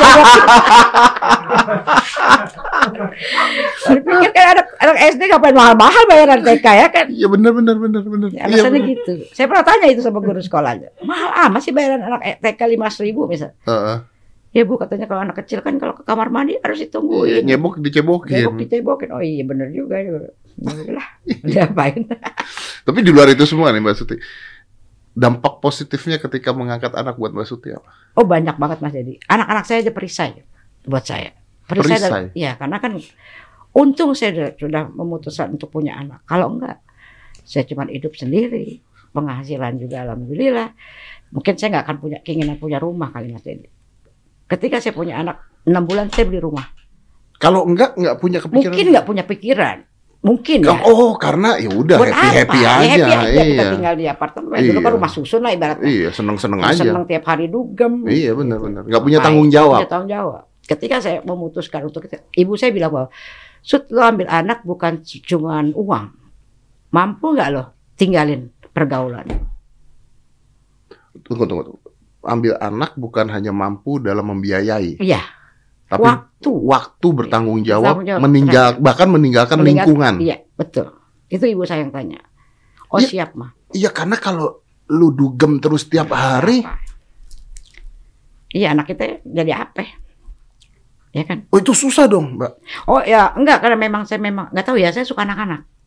Dipikir kan anak, anak S D ngapain mahal-mahal bayaran T K ya kan? Iya benar benar benar benar. Ya, Iya, alasannya benar. gitu. Saya pernah tanya itu sama guru sekolahnya. Mahal amat sih bayaran anak T K lima ratus ribu misal. Heeh. Ya Bu katanya kalau anak kecil kan kalau ke kamar mandi harus Iya, ditungguin. nyebok dicebokin. Cebok dicebokin. Oh iya bener juga. Ya udah, diapain? Tapi di luar itu semua nih Mbak Suti. Dampak positifnya ketika mengangkat anak buat Mbak Suti apa? Oh banyak banget Mas Dedi. Anak-anak saya aja perisai buat saya. Perisai. Perisai? Dan, ya karena kan untung saya sudah, sudah memutuskan untuk punya anak. Kalau enggak, saya cuma hidup sendiri. Penghasilan juga alhamdulillah. Mungkin saya nggak akan punya keinginan punya rumah kali Mas Dedi. Ketika saya punya anak enam bulan saya beli rumah. Kalau enggak enggak punya kepikiran. Mungkin nggak punya pikiran. Mungkin ya. Oh, karena ya udah Buat happy happy apa? aja. Ya, happy aja kita Iya. tinggal di apartemen. Dulu kan Iya. rumah susun lah ibaratnya. Iya, seneng-seneng aja. Seneng tiap hari dugem. Iya, benar-benar. Enggak punya Baik, tanggung jawab. punya tanggung jawab. Ketika saya memutuskan untuk itu, ibu saya bilang bahwa, Sud, lo ambil anak bukan cuma uang. Mampu nggak lo tinggalin pergaulan? Tunggu, tunggu, tunggu. Ambil anak bukan hanya mampu dalam membiayai, Iya. tapi Waktu. waktu bertanggung jawab, Bertanggung jawab. meninggal bahkan meninggalkan Meninggal- lingkungan. Iya, betul. Itu ibu saya yang tanya. Oh Iya. siap mah. Iya, karena kalau lu dugem terus tiap hari, Apa? Iya anak kita jadi apa? Ya kan? oh itu susah dong, Mbak. Oh ya enggak karena memang saya memang nggak tahu ya saya suka anak-anak.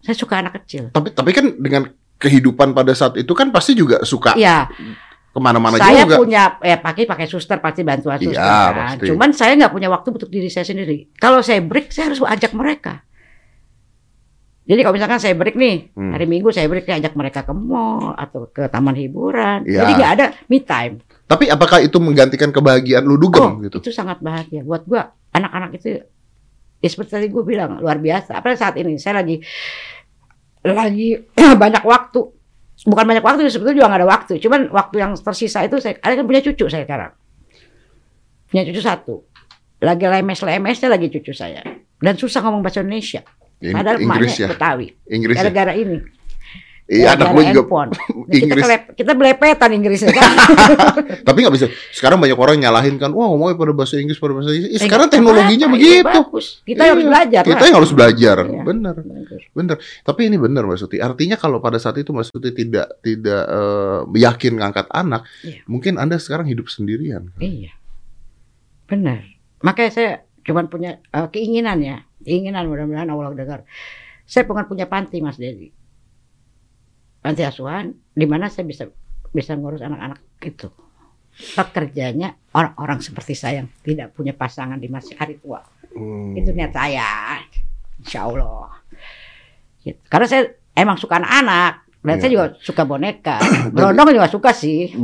Saya suka anak kecil. Tapi tapi kan dengan kehidupan pada saat itu kan pasti juga suka Iya. kemana-mana Saya juga. punya, ya pakai pakai suster pasti bantuan suster. Iya, kan. pasti. Cuman saya nggak punya waktu untuk diri saya sendiri. Kalau saya break, saya harus ajak mereka. Jadi kalau misalkan saya break nih, Hmm. hari Minggu saya break, saya ajak mereka ke mall atau ke taman hiburan. Iya. Jadi nggak ada me time. Tapi apakah itu menggantikan kebahagiaan lu dugem Oh, gitu? itu sangat bahagia. Buat gua, anak-anak itu, ya seperti tadi gue bilang, luar biasa. Apalagi saat ini, saya lagi lagi banyak waktu. Bukan banyak waktu, sebetulnya juga nggak ada waktu. Cuman waktu yang tersisa itu, saya ada kan punya cucu saya sekarang. Punya cucu satu. Lagi lemes-lemesnya lagi cucu saya. Dan susah ngomong bahasa Indonesia. In- Padahal Inggris emaknya ya? Betawi. Inggris ya? Gara-gara ini. Iya, anak Gara-gara gue juga handphone. Kita, Inggris. kelep- kita belepetan Inggrisnya kan. Tapi nggak bisa. Sekarang banyak orang nyalahin kan, wah ngomongnya pada bahasa Inggris, pada bahasa Inggris. Eh, sekarang Eh, teknologinya apa, begitu. iya, bagus. Kita Iya, harus belajar. Kita lah. yang harus belajar. Iya. Bener, bener. Tapi ini bener Mbak Suti. Artinya kalau pada saat itu Mbak Suti tidak tidak eh, yakin ngangkat anak, Iya. mungkin Anda sekarang hidup sendirian. Iya, benar. Makanya saya cuma punya eh, keinginan ya, keinginan mudah-mudahan Allah dengar. Saya pengen punya panti, Mas Dedi, panti asuhan, di mana saya bisa bisa ngurus anak-anak itu. Pekerjanya orang-orang seperti saya yang tidak punya pasangan di masa hari tua. Hmm. Itu niat saya, Insya Allah. Gitu. Karena saya emang suka anak-anak. Dan Iya. saya juga suka boneka. Berondong juga suka sih.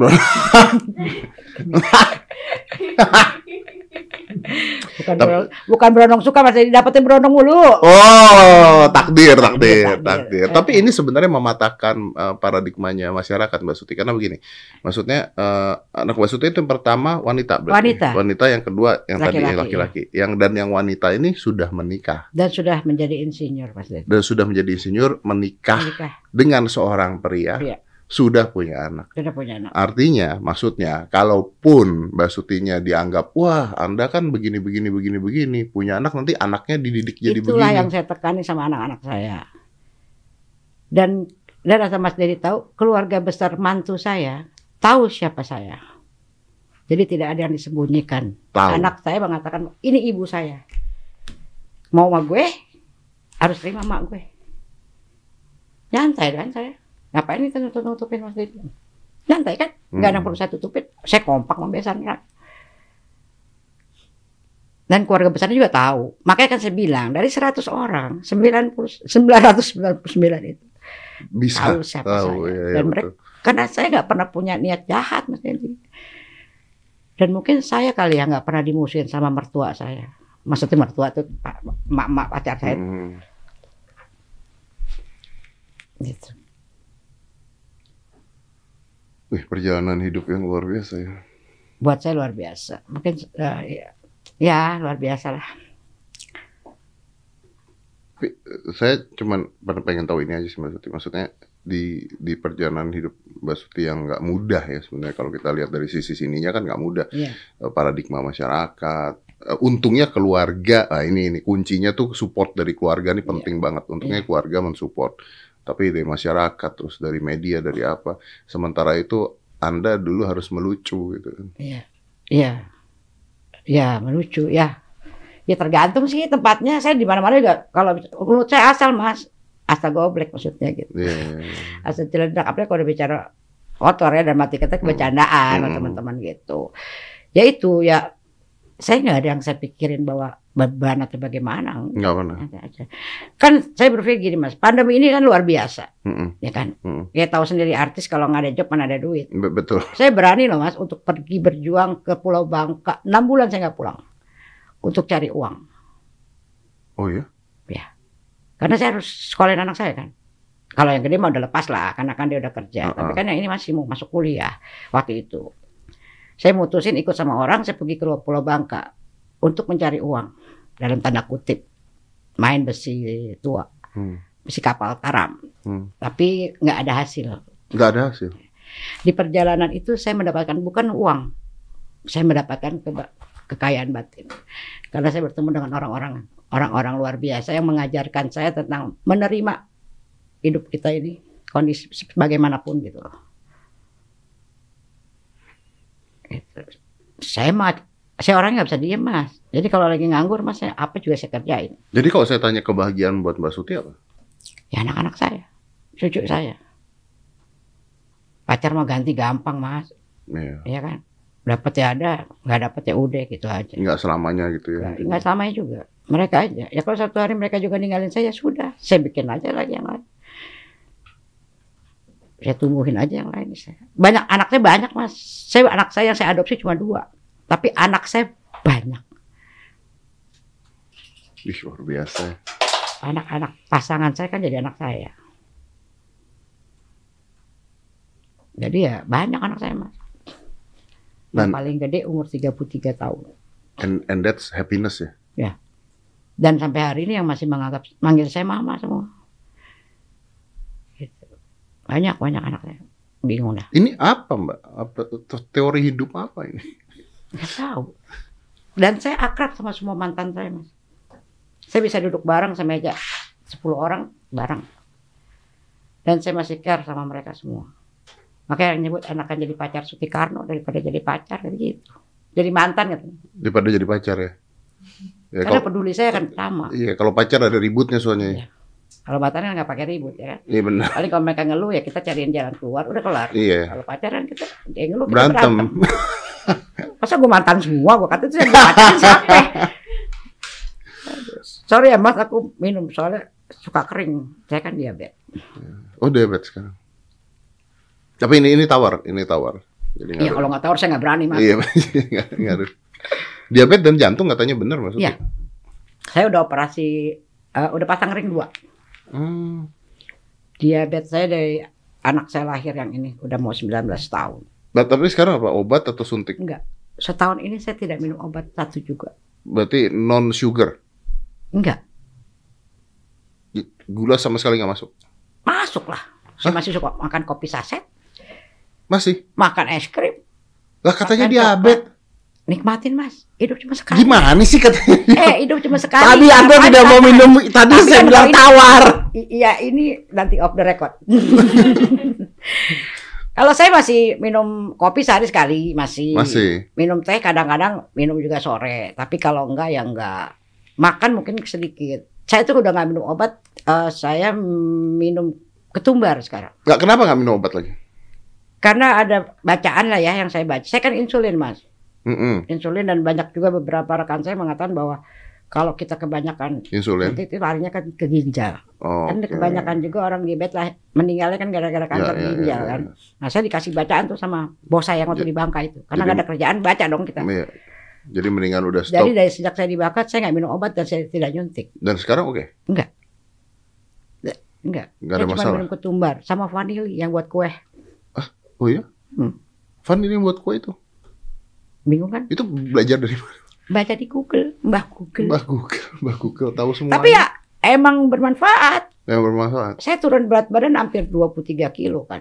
Bukan, Tapi- berondong, bukan berondong suka, masih dapetin berondong mulu. Oh, takdir, takdir, Takdir, takdir. takdir. Tapi ini sebenarnya mematahkan eh, paradigmanya masyarakat, Mbak Suti. Karena begini, maksudnya eh, anak Mbak Suti itu yang pertama wanita, berarti. Wanita. Wanita yang kedua yang tadi Laki-laki, laki-laki. Yang dan yang wanita ini sudah menikah Dan sudah menjadi insinyur, Mas Dedi. dan sudah menjadi insinyur, menikah Menikah, dengan seorang pria, Pria. sudah punya anak. sudah punya anak. Artinya, maksudnya, kalaupun Mbak Sutinya dianggap, wah, Anda kan begini, begini, begini, begini, punya anak, nanti anaknya dididik jadi Itulah begini. yang saya tekani sama anak-anak saya. Dan dan asal Mas Dedi tahu, keluarga besar mantu saya tahu siapa saya. Jadi tidak ada yang disembunyikan. Tahu. Anak saya mengatakan, ini ibu saya. Mau sama gue, harus terima sama gue. Nyantai kan saya. Ngapain ini tutup-tutupin Mas Dedi? Nyantai kan? Nggak ada yang Hmm. perlu saya tutupin. Saya kompak membesannya. Dan keluarga besarnya juga tahu. Makanya kan saya bilang, dari seratus orang, sembilan puluh, sembilan ratus sembilan puluh sembilan itu Bisa tahu siapa tahu, saya. ya, ya, Dan betul. mereka, karena saya nggak pernah punya niat jahat, Mas Dedi. Dan mungkin saya kali ya nggak pernah dimusuhin sama mertua saya. Maksudnya mertua itu mak-mak pacar saya. Hmm. Gitu. Wih, perjalanan hidup yang luar biasa ya. Buat saya luar biasa. Mungkin eh, ya, ya luar biasa lah. Tapi eh, saya cuman pen- pengen tahu ini aja sih Mbak Suti. Maksudnya di di perjalanan hidup Mbak Suti yang nggak mudah ya sebenarnya kalau kita lihat dari sisi sininya kan nggak mudah. Iya. Eh, Paradigma masyarakat. Eh, Untungnya keluarga. Nah, ini ini kuncinya tuh support dari keluarga nih penting banget. Untungnya keluarga mensupport. Tapi dari masyarakat terus dari media dari apa. Sementara itu Anda dulu harus melucu gitu. Iya, iya, ya melucu ya. Ya tergantung sih tempatnya. Saya di mana-mana juga. Kalau menurut saya asal Mas, asal goblek maksudnya gitu. Iya, iya, iya. Asal celedak. Apalagi kalau udah bicara kotor ya dan mati kata kebecandaan sama Hmm. teman-teman gitu. Ya itu ya. Saya nggak ada yang saya pikirin bahwa beban atau bagaimana. Nggak pernah. Ada aja. Kan saya berpikir gini Mas, pandemi ini kan luar biasa, Mm-mm. ya kan. Mm-mm. Ya tahu sendiri artis kalau nggak ada job mana ada duit. Be- Betul. Saya berani loh Mas untuk pergi berjuang ke Pulau Bangka. enam bulan saya nggak pulang. Untuk cari uang. Oh ya? Karena saya harus sekolahin anak saya kan. Kalau yang gede mah udah lepas lah. Karena kan dia udah kerja. Uh-uh. Tapi kan yang ini masih mau masuk kuliah. Waktu itu. Saya mutusin ikut sama orang. Saya pergi ke Pulau Bangka. Untuk mencari uang. Dalam tanda kutip. Main besi tua. Hmm. Besi kapal karam. Hmm. Tapi nggak ada hasil. Nggak ada hasil. Di perjalanan itu saya mendapatkan bukan uang. Saya mendapatkan keba- kekayaan batin. Karena saya bertemu dengan orang-orang orang-orang luar biasa yang mengajarkan saya tentang menerima hidup kita ini kondisi bagaimanapun gitu loh. Gitu. Saya mah saya orangnya nggak bisa diem Mas. Jadi kalau lagi nganggur Mas, saya apa juga saya kerjain. Jadi kalau saya tanya kebahagiaan buat Mbak Suti apa? Ya anak-anak saya, cucu saya. Pacar mau ganti gampang mas, Iya. ya kan? Dapat ya ada, nggak dapat ya udah gitu aja. Nggak selamanya gitu ya. Nggak, nggak selamanya juga. Mereka aja. Ya kalau satu hari mereka juga ninggalin saya, sudah. Saya bikin aja lagi yang lain. Saya tumbuhin aja yang lain. Saya. Banyak anak saya banyak mas. Saya anak saya yang saya adopsi cuma dua, tapi anak saya banyak. Ih, luar biasa. Anak-anak pasangan saya kan jadi anak saya. Jadi ya banyak anak saya mas. Yang Dan- paling gede umur tiga puluh tiga tahun. And and that's happiness ya. Ya. Dan sampai hari ini yang masih menganggap manggil saya mama semua. Gitu. Banyak banyak anak saya. Bingung dah. Ini apa Mbak? Apa teori hidup apa ini? Nggak tahu. Dan saya akrab sama semua mantan saya mas. Saya bisa duduk bareng sama meja sepuluh orang bareng. Dan saya masih care sama mereka semua. Makanya yang nyebut anakan jadi pacar Sutikarno daripada jadi pacar kayak gitu. Jadi mantan gitu. Daripada jadi pacar ya. Ya, Karena kalau, peduli saya kan sama. iya, kalau pacar ada ributnya soalnya. Iya. Kalau mantan kan nggak pakai ribut ya kan. Iya benar. Paling kalau mereka ngeluh ya kita cariin jalan keluar udah kelar. Iya. Kalau pacaran kita dia ngeluh kita Berantem. Masa gue mantan semua gue kata itu saya pacaran siapa? Sorry ya mas aku minum soalnya suka kering. Saya kan diabetes. Oh diabetes sekarang. Tapi ini ini tawar, ini tawar. Jadi nggak Iya ada- kalau nggak tahu saya nggak berani mas. Iya, nggak nggak ada. Diabetes dan jantung katanya benar maksudnya. Iya. Saya udah operasi, eh, udah pasang ring dua. Hmm. Diabetes saya dari anak saya lahir yang ini udah mau sembilan belas tahun. Nah, tapi sekarang apa? Obat atau suntik? Enggak. Setahun ini saya tidak minum obat satu juga. Berarti non sugar. Enggak. Gula sama sekali nggak masuk. Masuk lah. Saya masih suka makan kopi saset, Masih. makan es krim. Lah katanya Makan diabetes. Nikmatin mas. Hidup cuma sekali. Gimana sih katanya? Eh hidup cuma sekali. Tadi Anda Ngapain tidak mau makan? minum, tadi Tapi saya kan bilang kalau ini- tawar. I- Iya ini nanti off the record. Kalau saya masih minum kopi sehari sekali masih. Masih. Minum teh kadang-kadang minum juga sore. Tapi kalau enggak ya enggak. Makan mungkin sedikit. Saya tuh udah nggak minum obat. eh, saya minum ketumbar sekarang. Nggak, kenapa nggak minum obat lagi? Karena ada bacaan lah ya yang saya baca. Saya kan insulin mas. Mm-mm. Insulin dan banyak juga beberapa rekan saya mengatakan bahwa kalau kita kebanyakan Insulin. nanti itu larinya kan ke ginjal. Oh, Kan oke. kebanyakan juga orang diabetes lah meninggalnya kan gara-gara kanker Ya, ya, ginjal ya, kan. ya. Nah saya dikasih bacaan tuh sama bos saya yang waktu Jadi- di Bangka itu. Karena jadi- nggak ada kerjaan baca dong kita. Iya. Jadi mendingan udah stop. Jadi dari sejak saya di Bangka saya nggak minum obat dan saya tidak nyuntik. Dan sekarang oke. Enggak. Enggak. Nggak ada Saya cuma masalah. minum ketumbar sama vanili yang buat kue. Oh iya? Hmm. Van ini yang buat kue itu. Bingung kan? Itu belajar dari mana? Baca di Google, Mbah Google. Mbah Google, Mbah Google tahu semua. Tapi ya emang bermanfaat. yang bermasalah. Saya turun berat badan hampir dua puluh tiga kilo kan.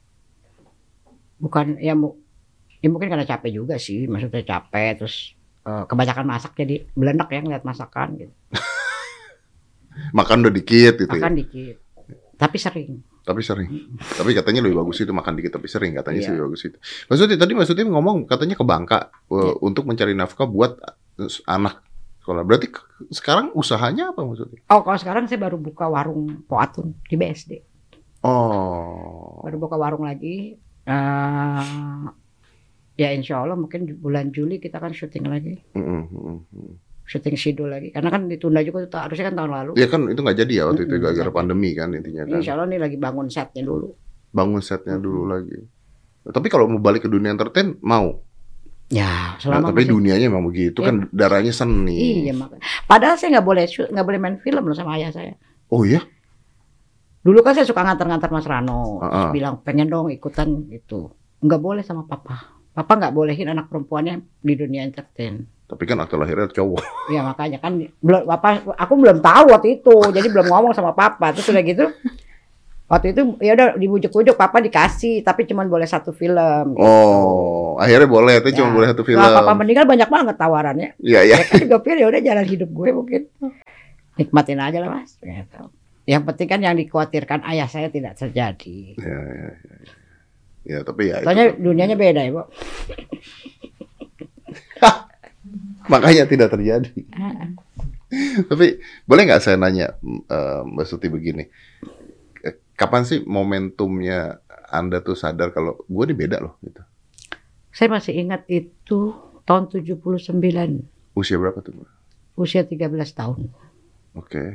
Bukan ya, mu- ya mungkin karena capek juga sih. Maksudnya capek terus eh, kebanyakan masak jadi belenek ya ngeliat masakan gitu. Makan udah dikit gitu Makan ya. dikit. Tapi sering. Tapi sering. Tapi katanya lebih bagus itu makan dikit tapi sering, katanya sih Iya. lebih bagus itu. Maksudnya tadi maksudnya ngomong katanya ke Bangka uh, Iya. untuk mencari nafkah buat uh, anak sekolah. Berarti ke- sekarang usahanya apa maksudnya? Oh kalau sekarang saya baru buka warung Poatun di B S D. Oh. Baru buka warung lagi. Eh, ya insya Allah mungkin di bulan Juli kita kan syuting lagi. Mm-mm, mm-mm. Syuting Sidul lagi. Karena kan ditunda juga tuh, harusnya kan tahun lalu. Ya kan itu nggak jadi ya waktu itu Mm-mm, gara-gara nggak pandemi kan intinya kan. Insya Allah nih lagi bangun setnya dulu. Bangun setnya dulu lagi. Tapi kalau mau balik ke dunia entertain mau. Ya Nah, selama tapi masih- dunianya memang begitu kan darahnya seni. Iya makanya. Padahal saya nggak boleh shoot- nggak boleh main film loh sama ayah saya. Oh iya? Dulu kan saya suka ngantar-ngantar Mas Rano, terus Ah-ah. bilang pengen dong ikutan gitu. Nggak boleh sama papa. Papa nggak bolehin anak perempuannya di dunia entertain. Tapi kan akte lahirnya cowok. Ya makanya kan belum papa, aku belum tahu waktu itu, jadi belum ngomong sama papa. Terus udah gitu, waktu itu ya udah dibujuk-bujuk papa dikasih, tapi cuma boleh satu film. gitu. Oh, akhirnya boleh, itu cuma Ya. boleh satu film. Setelah papa meninggal banyak banget tawarannya. Iya, iya. Ya kan gue pikir ya udah jalan hidup gue mungkin nikmatin aja lah mas. Gitu. Yang penting kan yang dikhawatirkan ayah saya tidak terjadi. Ya, ya, ya. Ya, tapi ya itu. Soalnya dunianya beda ya, Bu. Makanya tidak terjadi. Heeh. Tapi boleh nggak saya nanya eh, Mbak Suti begini, Eh, kapan sih momentumnya Anda tuh sadar kalau gue ini beda loh gitu? Saya masih ingat itu tahun tujuh puluh sembilan, Usia berapa tuh, Mbak? usia tiga belas tahun. Oke.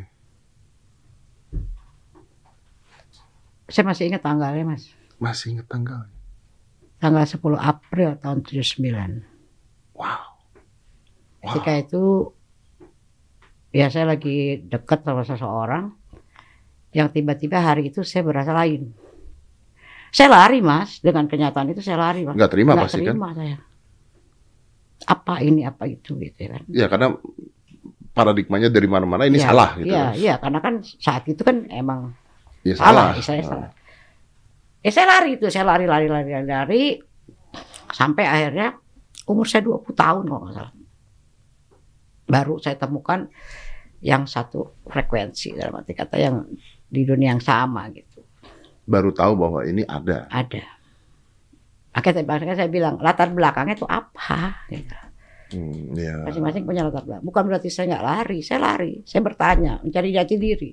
Saya masih ingat tanggalnya, Mas. Masih ingat tanggalnya? Tanggal sepuluh April tahun tujuh puluh sembilan. Wow. Ketika itu ya saya lagi dekat sama seseorang yang tiba-tiba hari itu saya berasa lain. Saya lari, Mas, dengan kenyataan itu saya lari, Mas. Nggak terima Nggak pasti terima kan? saya. Apa ini, apa itu gitu ya kan. Ya karena paradigmanya dari mana-mana ini Iya, salah gitu. Iya, kan? iya, karena kan saat itu kan emang Ya, salah, salah. istilahnya Ah. salah. Ya saya lari itu, saya lari, lari, lari, lari, lari sampai akhirnya umur saya dua puluh tahun kalau nggak salah. Baru saya temukan yang satu frekuensi, dalam arti kata yang di dunia yang sama gitu. Baru tahu bahwa ini ada. Ada. Akhirnya saya bilang latar belakangnya itu apa? Gitu. Hmm, ya. Masing-masing punya latar belakang. Bukan berarti saya nggak lari, saya lari, saya bertanya, mencari jati diri.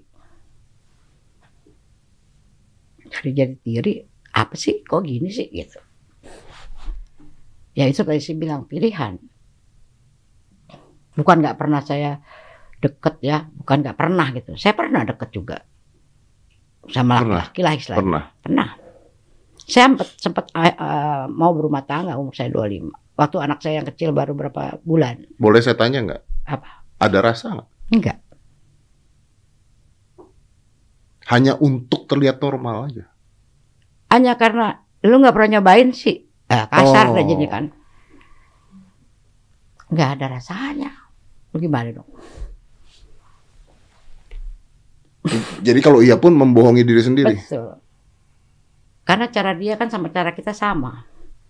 Mencari jati diri, apa sih? Kok gini sih? Gitu. Ya itu tadi saya bilang pilihan. Bukan nggak pernah saya deket ya, bukan nggak pernah gitu. Saya pernah deket juga sama Pernah? laki-laki lah istilahnya. Pernah. Pernah. Saya sempat, sempat uh, mau berumah tangga umur saya dua puluh lima. Waktu anak saya yang kecil baru berapa bulan. Boleh saya tanya nggak? Apa? Ada rasa nggak? Enggak. Hanya untuk terlihat normal aja. Hanya karena lu nggak pernah nyobain sih. Eh, kasar Oh. dah jadi kan. Nggak ada rasanya. Lu gimana dong? Jadi kalau iya pun membohongi diri sendiri. Betul. Karena cara dia kan sama cara kita sama.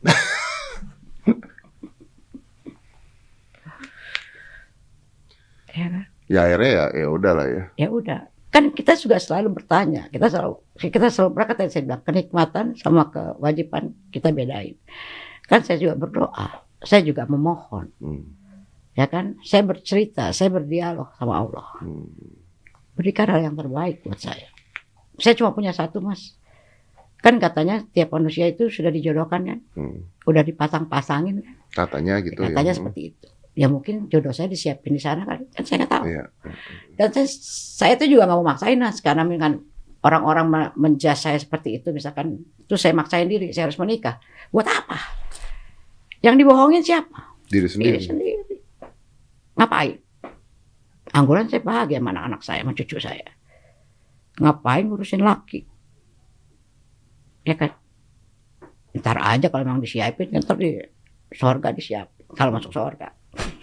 Ya kan? Ya akhirnya ya ya udahlah ya. Ya udah. Kan kita juga selalu bertanya. Kita selalu kita selalu berkata, saya bilang kenikmatan sama kewajiban kita bedain. Kan saya juga berdoa. Saya juga memohon. Hmm. Ya kan? Saya bercerita, saya berdialog sama Allah. Hmm. Berikan hal yang terbaik buat saya. Saya cuma punya satu, Mas. Kan katanya tiap manusia itu sudah dijodohkan kan? Hmm. Udah dipasang-pasangin kan? Katanya gitu Katanya ya. seperti itu. Ya mungkin jodoh saya disiapin di sana kan? Kan saya nggak tahu. Iya. Dan saya, saya itu juga nggak mau maksain, Mas. Karena kan orang-orang me- menjas saya seperti itu, misalkan, terus saya maksain diri, saya harus menikah. Buat apa? Yang dibohongin siapa? Diri sendiri. Diri sendiri. Ngapain? Angguran saya bahagia sama anak-anak saya, sama cucu saya. Ngapain ngurusin laki? Ya kan? Ntar aja kalau memang disiapin, ntar di sorga disiapin. Kalau masuk sorga.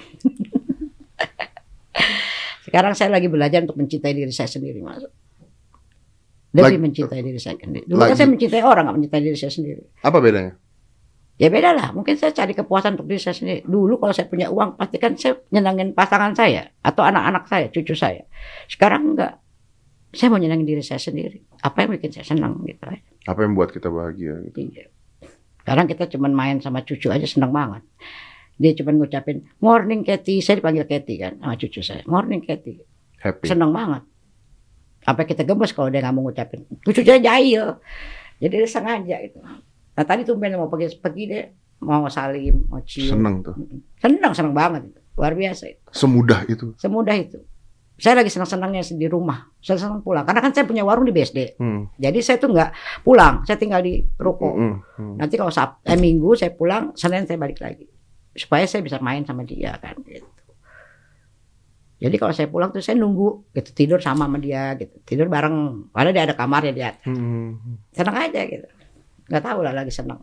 Sekarang saya lagi belajar untuk mencintai diri saya sendiri, Mas. Lebih Lagi- mencintai diri saya sendiri. Dulu kan lagi- saya mencintai orang, nggak mencintai diri saya sendiri. Apa bedanya? Ya beda lah, mungkin saya cari kepuasan untuk diri saya sendiri. Dulu kalau saya punya uang, pasti kan saya nyenangin pasangan saya, atau anak-anak saya, cucu saya. Sekarang enggak. Saya mau nyenangin diri saya sendiri. Apa yang bikin saya senang gitu aja. Apa yang membuat kita bahagia gitu? Iya. Sekarang kita cuma main sama cucu aja senang banget. Dia cuma ngucapin, morning Kathy. Saya dipanggil Kathy kan, sama cucu saya. Morning Kathy. Happy. Senang banget. Sampai kita gemes kalau dia nggak mau ngucapin. Cucu saya jahil. Jadi dia sengaja gitu. Nah tadi tumben mau pergi pergi deh, mau salim, mau cium. Seneng tuh. Senang, senang banget. Luar biasa itu. Semudah itu. Semudah itu. Saya lagi senang-senangnya di rumah. Saya senang pulang. Karena kan saya punya warung di B S D. Hmm. Jadi saya tuh nggak pulang. Saya tinggal di ruko. Hmm. Hmm. Nanti kalau Sabtu, eh, Minggu saya pulang, Senin saya balik lagi. Supaya saya bisa main sama dia kan gitu. Jadi kalau saya pulang tuh saya nunggu gitu, tidur sama sama dia gitu. Tidur bareng. Padahal dia ada kamarnya dia. Hmm. Senang aja gitu. Nggak tahu lah lagi senang.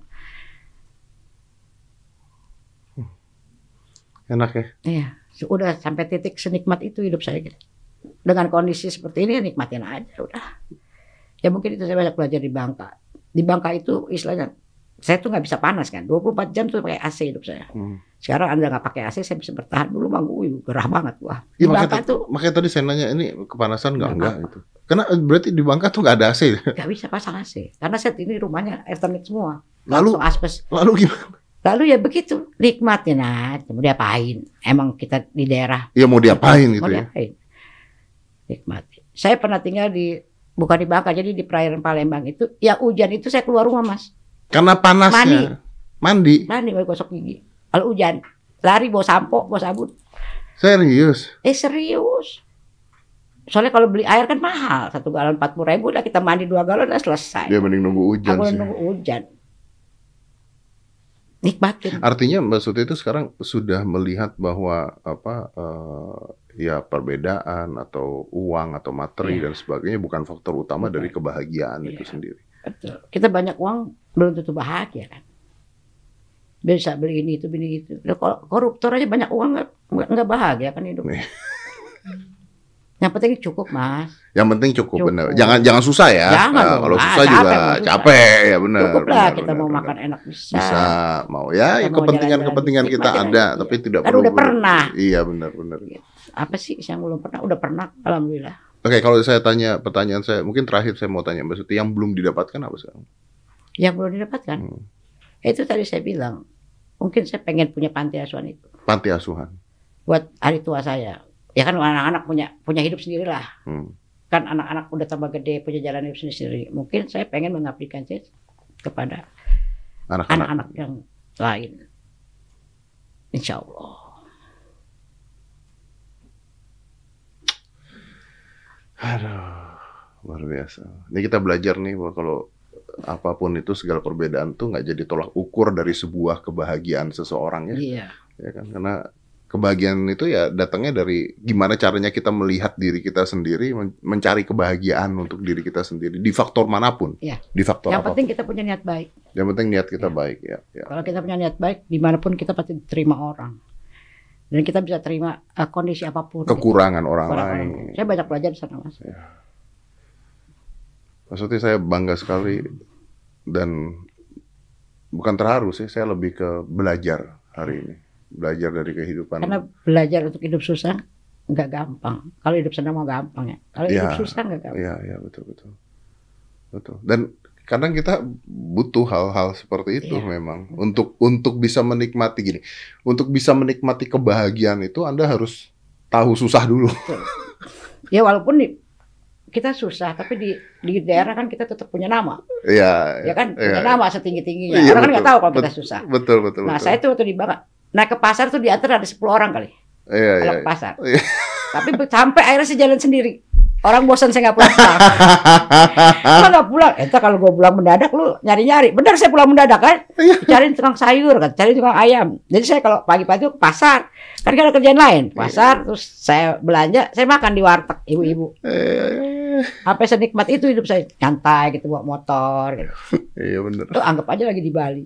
Enak ya. Iya. Udah sampai titik senikmat itu hidup saya gitu. Dengan kondisi seperti ini nikmatin aja udah. Ya mungkin itu saya banyak belajar di Bangka. Di Bangka itu istilahnya saya tuh nggak bisa panas kan. dua puluh empat jam tuh pakai A C hidup saya. Hmm. Sekarang Anda nggak pakai A C saya bisa bertahan. Dulu mah gue gerah banget wah. Di Ya, Bangka makanya, tuh makanya tadi saya nanya ini kepanasan nggak Nggak enggak gitu. Karena eh, berarti di Bangka tuh nggak ada A C. nggak bisa pasang A C. Karena saya ini rumahnya Ethernet semua. Lalu Langsung aspes. lalu gimana? Lalu ya begitu nikmatnya, nah mau diapain? Emang kita di daerah. Iya mau diapain gitu Mau ya? diapain? Nikmati. Saya pernah tinggal di bukan di Bangka, jadi di perairan Palembang itu, yang hujan itu saya keluar rumah mas. Karena panasnya. Mandi. Mandi, mau gosok gigi. Kalau hujan, lari bawa sampo, bawa sabun. Serius? Eh serius. Soalnya kalau beli air kan mahal, satu galon empat puluh ribu, udah kita mandi dua galon udah selesai. Dia mending nunggu hujan Aku sih. nunggu hujan. Nikmatin. Artinya Mbak Suti itu sekarang sudah melihat bahwa apa eh, ya perbedaan atau uang atau materi Iya. dan sebagainya bukan faktor utama Bukan. dari kebahagiaan Iya. itu sendiri. Betul. Kita banyak uang belum tentu bahagia kan. Bisa beli ini itu, beli itu. Loh, kalau koruptor aja banyak uang nggak nggak bahagia kan hidup. Nih. Yang penting cukup mas. Yang penting cukup, Cukup. benar. Jangan jangan susah ya. Jangan Nah, dong. kalau Ah, susah capek juga mau susah. capek ya benar. Cukup lah benar, kita benar, mau benar. makan enak bisa. Bisa mau ya, Kita ya mau kepentingan-kepentingan jalan-jalan, kita nikmatin ada, aja. tapi tidak Kan perlu. udah pernah. Iya benar benar. Apa sih yang belum pernah? Udah pernah, alhamdulillah. Oke, kalau saya tanya pertanyaan saya, mungkin terakhir saya mau tanya Mbak Suti, yang belum didapatkan apa sekarang? Yang belum didapatkan. Hmm. Itu tadi saya bilang. Mungkin saya pengen punya panti asuhan itu. Panti asuhan. Buat hari tua saya. Ya kan anak-anak punya punya hidup sendirilah. Hmm. Kan anak-anak udah tambah gede, punya jalan hidup sendiri. Mungkin saya pengen mengabdikan kepada Anak-anak. anak-anak yang lain. Insya Allah. Aduh, luar biasa. Ini kita belajar nih bahwa kalau apapun itu segala perbedaan tuh nggak jadi tolak ukur dari sebuah kebahagiaan seseorang ya, Iya. ya kan? Karena kebahagiaan itu ya datangnya dari gimana caranya kita melihat diri kita sendiri, men- mencari kebahagiaan untuk diri kita sendiri di faktor manapun, Iya. di faktor Yang apapun. penting kita punya niat baik. Yang penting niat kita baik ya. ya. Kalau kita punya niat baik, dimanapun kita pasti diterima orang. Dan kita bisa terima uh, kondisi apapun. gitu. Kekurangan orang Orang-orang. lain. Saya banyak belajar di sana mas. Maksudnya saya bangga sekali dan bukan terharu sih, saya lebih ke belajar hari ini. Belajar dari kehidupan. Karena belajar untuk hidup susah nggak gampang. Kalau hidup senang mau gampang ya. Kalau hidup Iya. susah nggak gampang. Iya, iya betul betul. Betul. Dan kadang kita butuh hal-hal seperti itu Iya. memang untuk untuk bisa menikmati gini. Untuk bisa menikmati kebahagiaan itu Anda harus tahu susah dulu. Ya walaupun di, kita susah, tapi di di daerah kan kita tetap punya nama. Iya. Ya kan iya. punya nama setinggi-tingginya. Iya, Orang kan nggak betul. tahu kalau kita Bet- susah. Betul betul Nah betul. saya tuh waktu di Bangka naik ke pasar tuh di antar ada sepuluh orang kali. Iya Kalau iya. ke pasar. Iya. Tapi be- sampai akhirnya saya jalan sendiri. Orang bosan saya nggak pulang. Kalau nggak pulang, entah kalau gue pulang mendadak lu nyari-nyari. Benar saya pulang mendadak kan? Cariin tukang sayur kan, cari tukang ayam. Jadi saya kalau pagi-pagi tuh ke pasar, kan ada kerjaan lain. Pasar terus saya belanja, saya makan di warteg ibu-ibu. Eh, Sampai senikmat itu hidup saya, nyantai gitu bawa motor gitu. Iya benar. Tuh anggap aja lagi di Bali.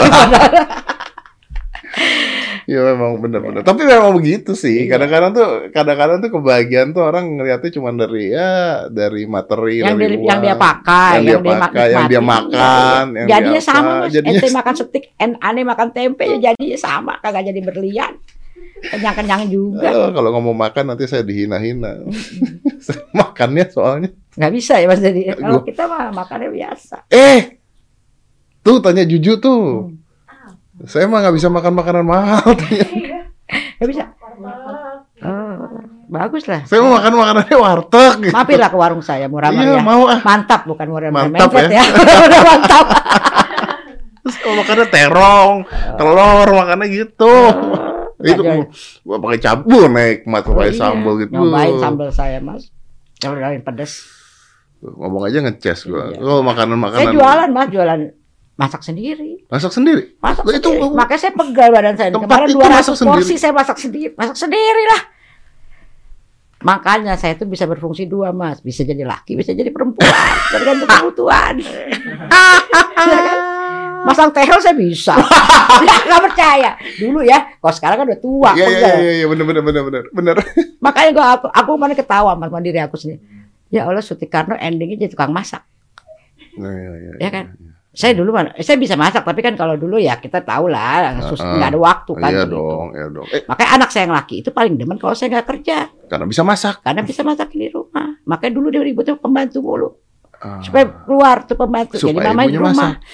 Iya memang benar-benar. Tapi memang begitu sih. Iya. Kadang-kadang tuh, kadang-kadang tuh kebahagiaan tuh orang ngeliatnya cuma dari ya dari materi, yang, dari dia, uang, yang dia pakai, yang dia pakai, yang dia makan, yang jadinya dia sama apa, mas. jadinya Ente makan steak, en aneh makan tempe, ya jadinya sama, kagak jadi berlian, kenyang-kenyang juga. Eh, kalau ngomong makan nanti saya dihina-hina. Saya makannya soalnya. Nggak bisa ya mas jadi. Kalau Gua- kita mah makannya biasa. Eh, tuh tanya Juju tuh. Hmm. Saya mah nggak bisa makan makanan mahal. Nggak bisa. Oh, bagus lah. Saya mau makan makanannya warteg. Gitu. Mampirlah ke warung saya murah Iya meriah. mau ah. Mantap bukan murah meriah. Mantap Mempret ya. Udah mantap. Terus kalau makannya terong, telur, makannya gitu. Itu Ada- gua pakai campur nikmat pakai Iya, sambal gitu. Nyobain sambal saya mas. Kalau lain pedes. Ngomong aja ngeces gua. Iya. Oh, makanan-makanan. Saya jualan mas, jualan masak sendiri. Masak sendiri. Masak Itu- sendiri. Makanya saya pegal badan saya. Tempat Kemarin itu dua masak ratus porsi sendiri. saya masak sendiri. Masak sendiri lah. Makanya saya tuh bisa berfungsi dua mas. Bisa jadi laki, bisa jadi perempuan. Tergantung kebutuhan. Ya kan? Masang tehel saya bisa. Nggak nggak percaya. Dulu ya. Kalau sekarang kan udah tua. Iya iya pegel. iya iya benar benar benar benar. Benar. Makanya gua aku, aku kemarin ketawa mas sama diri aku sendiri. Ya Allah Sutikno endingnya jadi tukang masak. Nah, iya, iya, Ya kan? Saya dulu mana, saya bisa masak tapi kan kalau dulu ya kita tahu lah sus- Uh-uh. nggak ada waktu kan. Iya begitu. dong, iya dong. Eh, Makanya anak saya yang laki itu paling demen kalau saya nggak kerja karena bisa masak. karena bisa masak di rumah. Makanya dulu dia ributnya pembantu mulu Ah. supaya keluar tuh pembantu. Jadi Supaya mama di ibunya rumah. masak.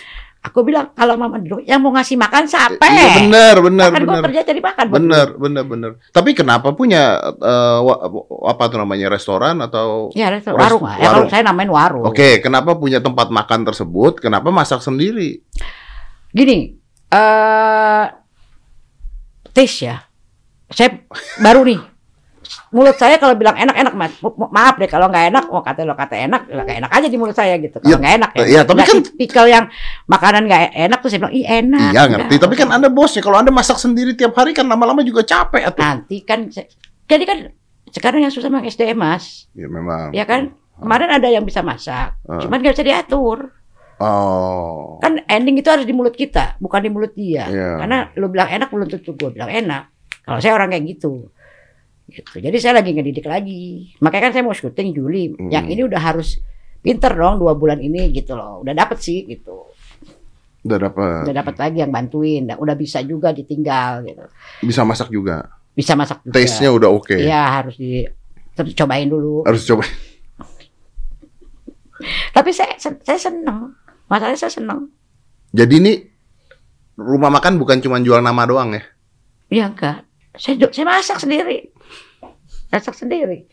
Aku bilang kalau mama duduk, yang mau ngasih makan siapa? Iya benar, benar, Kan benar. gue kerja cari makan. buat Benar, benar, benar. Tapi kenapa punya eh, wa- apa tuh namanya restoran atau Ya, resto- Rest- warung. Ya, kalau warung. saya namain warung. Oke, kenapa punya tempat makan tersebut? Kenapa masak sendiri? Gini, eh taste ya. Saya baru nih. Mulut saya kalau bilang enak-enak mas, Ma- maaf deh kalau nggak enak, mau kata lo kata enak, ya nggak enak aja di mulut saya gitu. Kalau Ya, nggak enak ya. ya, tapi Nggak kan- tipikal yang makanan nggak enak tuh saya bilang, ih enak. Iya ngerti, Nggak. tapi kan Anda bosnya. Kalau Anda masak sendiri tiap hari kan lama-lama juga capek atuh. Nanti kan, saya- jadi kan sekarang yang susah memang S D M mas, Ya memang. ya kan. Kemarin ada yang bisa masak, Ah. cuman nggak bisa diatur. Oh. Kan ending itu harus di mulut kita, bukan di mulut dia. Iya. Karena lu bilang enak belum tentu gue bilang enak. Kalau saya orang kayak gitu. Gitu. Jadi saya lagi ngedidik lagi. Makanya kan saya mau syuting Juli. Hmm. Yang ini udah harus pinter dong dua bulan ini gitu loh. Udah dapet sih gitu. Udah dapat. Udah dapet lagi yang bantuin. Dan udah bisa juga ditinggal gitu. Bisa masak juga. Bisa masak juga. Taste-nya udah oke. Iya harus di terus cobain dulu. Harus coba. Tapi saya saya seneng. Masalahnya saya seneng. Jadi ini rumah makan bukan cuma jual nama doang ya? Iya enggak. Saya saya masak sendiri. Masak sendiri.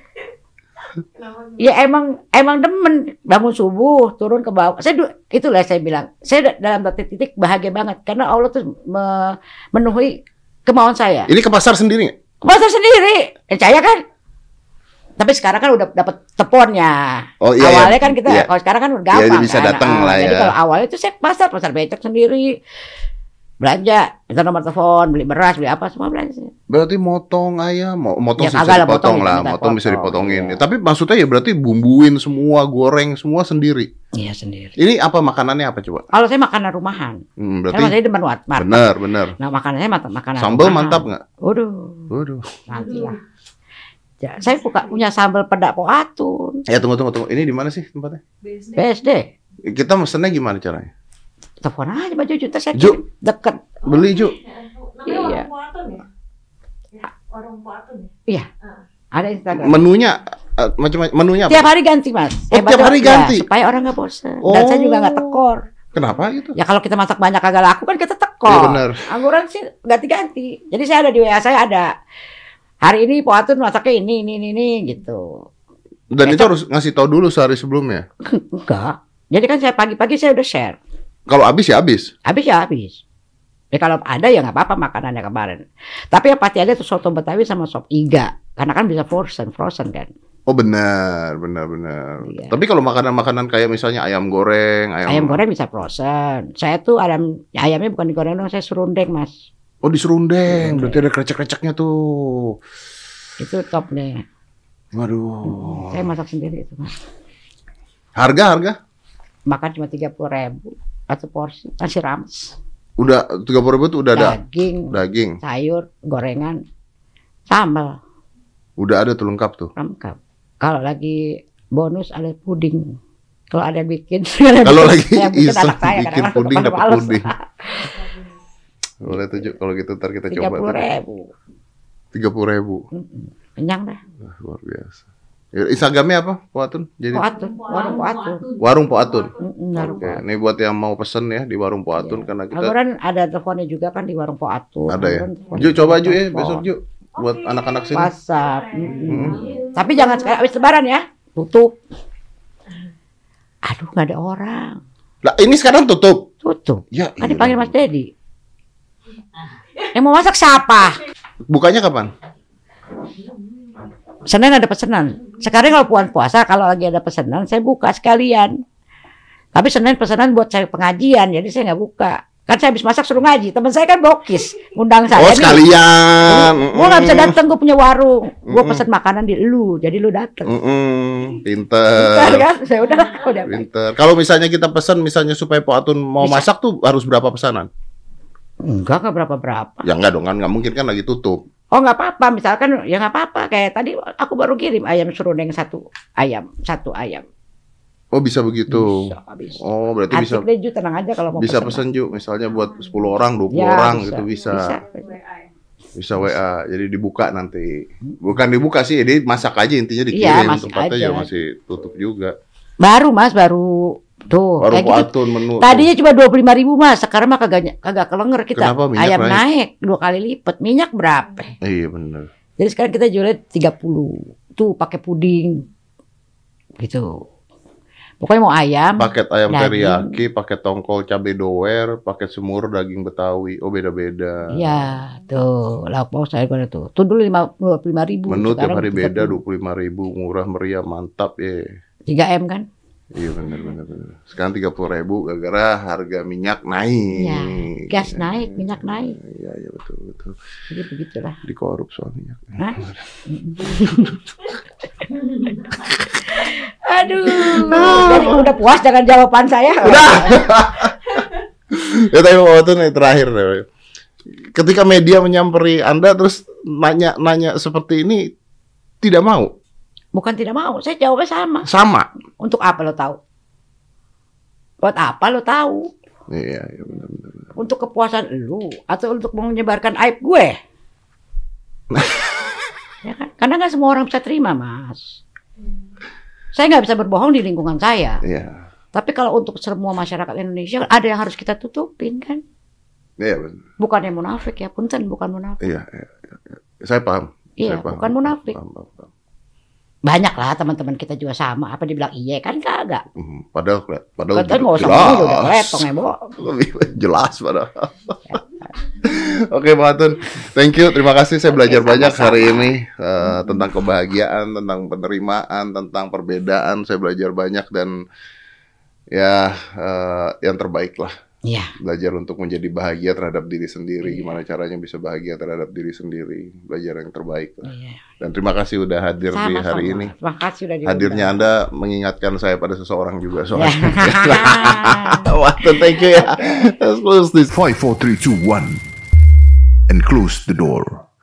Ya emang emang demen bangun subuh turun ke bawah. Saya du- itulah saya bilang. Saya da- dalam titik bahagia banget karena Allah tuh me- memenuhi kemauan saya. Ini ke pasar sendiri nggak? Masak sendiri. Percaya kan? Tapi sekarang kan udah dapat teponnya. Oh, iya, awalnya iya. kan kita Iya. kalau sekarang kan udah Iya, gampang. dia bisa kan? datang Ah, lah Jadi ya. kalau awalnya itu saya pasar pasar becek sendiri. Belanja, minta nomor telepon, beli beras, beli apa semua belanja. Berarti motong ayam, mo- motong Ya, sih kagak bisa lah, dipotong potong, lah, minta motong bisa potong, dipotongin. iya. Tapi maksudnya ya berarti bumbuin semua, goreng semua sendiri. Iya sendiri. Ini apa makanannya apa coba? Kalau saya makanan rumahan. Hmm, Saya berarti masih demen wat- martabak. benar, benar. Nah makanan saya mat- makanan Sambal rumahan. mantap nggak? Waduh, Waduh. nanti lah. Ya, saya buka punya sambal pedak poatun. Ya tunggu tunggu tunggu. Ini di mana sih tempatnya? B S D. Kita mesennya gimana caranya? Telepon aja baju juta saya Ju. kirim. Deket. Beli Ju. Namanya Iya. warung Poatun ya? Ya, warung Poatun ya? Iya. Ada Instagram. Menunya eh, macam-macam menunya apa? Tiap hari ganti mas. Oh, tiap hari ya, ganti? supaya orang nggak bosan. Oh. Dan saya juga nggak tekor. Kenapa gitu? Ya kalau kita masak banyak kagak laku kan kita tekor. Iya, benar. Angguran sih ganti-ganti. Jadi saya ada di W A saya ada. Hari ini Poatun masaknya ini, ini, ini, ini gitu. Dan itu Besok- harus ngasih tahu dulu sehari sebelumnya. Enggak. Jadi kan saya pagi-pagi saya udah share. Kalau habis ya habis. Habis ya habis. Ya kalau ada ya nggak apa-apa makanannya kemarin. Tapi yang pasti ada tuh soto Betawi sama sop iga. Karena kan bisa frozen, frozen kan. Oh benar, benar, benar. Iya. Tapi kalau makanan-makanan kayak misalnya ayam goreng, ayam, Ayam goreng bisa frozen. Saya tuh ayam ayamnya bukan digoreng dong, saya serundeng mas. Oh diserundeng, berarti ada krecek-kreceknya tuh. Itu top nih. Waduh. Saya masak sendiri itu mas. Harga harga? Makan cuma tiga puluh ribu satu porsi, nasi rames, Udah tiga puluh ribu tuh udah ada daging, daging. sayur, gorengan, sambal, Udah ada tuh lengkap tuh. lengkap. Kalau lagi bonus ada puding. Kalau ada yang bikin, Kalau lagi yang bikin iseng anak saya, bikin kadang-kadang puding suka dapat males. puding. Boleh tuh Ju, kalau gitu ntar kita Tiga coba. puluh ribu, Tiga puluh ribu. kenyang dah. Wah, luar biasa. Ya, Instagramnya apa? Poatun. Jadi Poatun, warung Poatun. warung Poatun. Mm-mm, warung Oke, Poatun. ini buat yang mau pesen ya di warung Poatun karena kita Angguran ada teleponnya juga kan di warung Poatun. ada ya. Angguran teleponnya Ju coba Ju ya telepon. besok Ju buat anak-anak sini. WhatsApp. Mm-mm. Tapi jangan sekarang habis lebaran ya. Tutup. Aduh nggak ada orang. Lah ini sekarang tutup. Tutup. Ya. Kan iya. dipanggil Mas Dedi. Yang mau masak siapa? Bukanya kapan? Senin ada pesanan. Sekarang kalau puan puasa kalau lagi ada pesanan saya buka sekalian. Tapi Senin pesanan buat saya pengajian jadi saya nggak buka. Kan saya habis masak suruh ngaji. Teman saya kan bokis undang saya Oh nih. sekalian. Gue nggak bisa datang, gue punya warung. Gue Mm-mm. pesan makanan di lu, jadi lu datang. Mm-mm, Bentar, pinter. kan? Saya udah, udah. Pinter. Kalau misalnya kita pesan misalnya supaya Poatun mau Bisa. masak tuh harus berapa pesanan? Enggak, nggak berapa berapa. Ya enggak dong kan nggak mungkin kan lagi tutup. Oh nggak apa-apa, misalkan ya nggak apa-apa. Kayak tadi aku baru kirim ayam serundeng satu ayam, satu ayam. Oh bisa begitu. Bisa, bisa. Oh berarti bisa Asik deh Ju, tenang aja kalau mau bisa pesen. pesen Ju misalnya buat sepuluh orang, dua puluh Ya, orang bisa, gitu bisa. bisa. Bisa W A. Jadi dibuka nanti. Bukan dibuka sih, jadi masak aja intinya dikirim. Iya, masak Tempatnya aja. juga masih tutup juga. Baru mas, baru Tuh, Warung kayak gitu. Atun menu. Tadinya cuma dua puluh lima ribu mas, sekarang mah kagak kagak kelenger kita. Kenapa minyak Ayam naik? naik? dua kali lipat. Minyak berapa? Tuh. Iya benar. Jadi sekarang kita jualnya tiga puluh. Tuh pakai puding. Gitu. Pokoknya mau ayam. Paket ayam daging. teriyaki, paket tongkol cabai doer, paket semur daging Betawi. Oh beda-beda. Iya, tuh lauk pauk saya pada tuh. Tuh dulu lima puluh lima ribu. Menu tiap sekarang hari beda, tiga puluh. dua puluh lima ribu, murah meriah, mantap ya. tiga M kan? Iya benar benar benar. Sekarang tiga puluh ribu gara-gara harga minyak naik. Iya, gas naik, minyak naik. Iya iya betul betul. Jadi begitulah. Dikorup soal minyak. Hah? Aduh, jadi udah puas dengan jawaban saya. Udah. Ya tapi waktu nih terakhir deh. Ketika media menyamperi Anda terus nanya-nanya seperti ini tidak mau. Bukan tidak mau, saya jawabnya sama. Sama. Untuk apa lo tahu? Buat apa lo tahu? Iya, iya benar benar. benar. Untuk kepuasan lu atau untuk menyebarkan aib gue? Ya kan? Karena nggak semua orang bisa terima, Mas. Saya nggak bisa berbohong di lingkungan saya. Iya. Tapi kalau untuk semua masyarakat Indonesia ada yang harus kita tutupin kan? Iya benar. Bukan yang munafik ya, punten bukan munafik. Iya, iya, iya. Saya paham. Iya, Saya paham. bukan munafik. Paham, paham, paham. Banyak lah teman-teman kita juga sama. Apa dibilang iya kan kagak. Hmm, padahal padahal Padahal nggak usah jelas. ngomong udah kelepong ya, Bo. Lebih jelas padahal. Oke, Pak Atun. Thank you. Terima kasih. Saya belajar Oke, banyak sama-sama. hari ini uh, tentang kebahagiaan, tentang penerimaan, tentang perbedaan. Saya belajar banyak dan ya uh, yang terbaik lah. Iya. Belajar untuk menjadi bahagia terhadap diri sendiri. Gimana caranya bisa bahagia terhadap diri sendiri. Belajar yang terbaik lah. Iya. Dan terima kasih udah hadir di Sama-sama. hari ini. Terima kasih udah diundang. Hadirnya Anda mengingatkan saya pada seseorang juga Ya. soalnya. Wah, thank you ya. Let's close this. five, four, three, two, one. And close the door.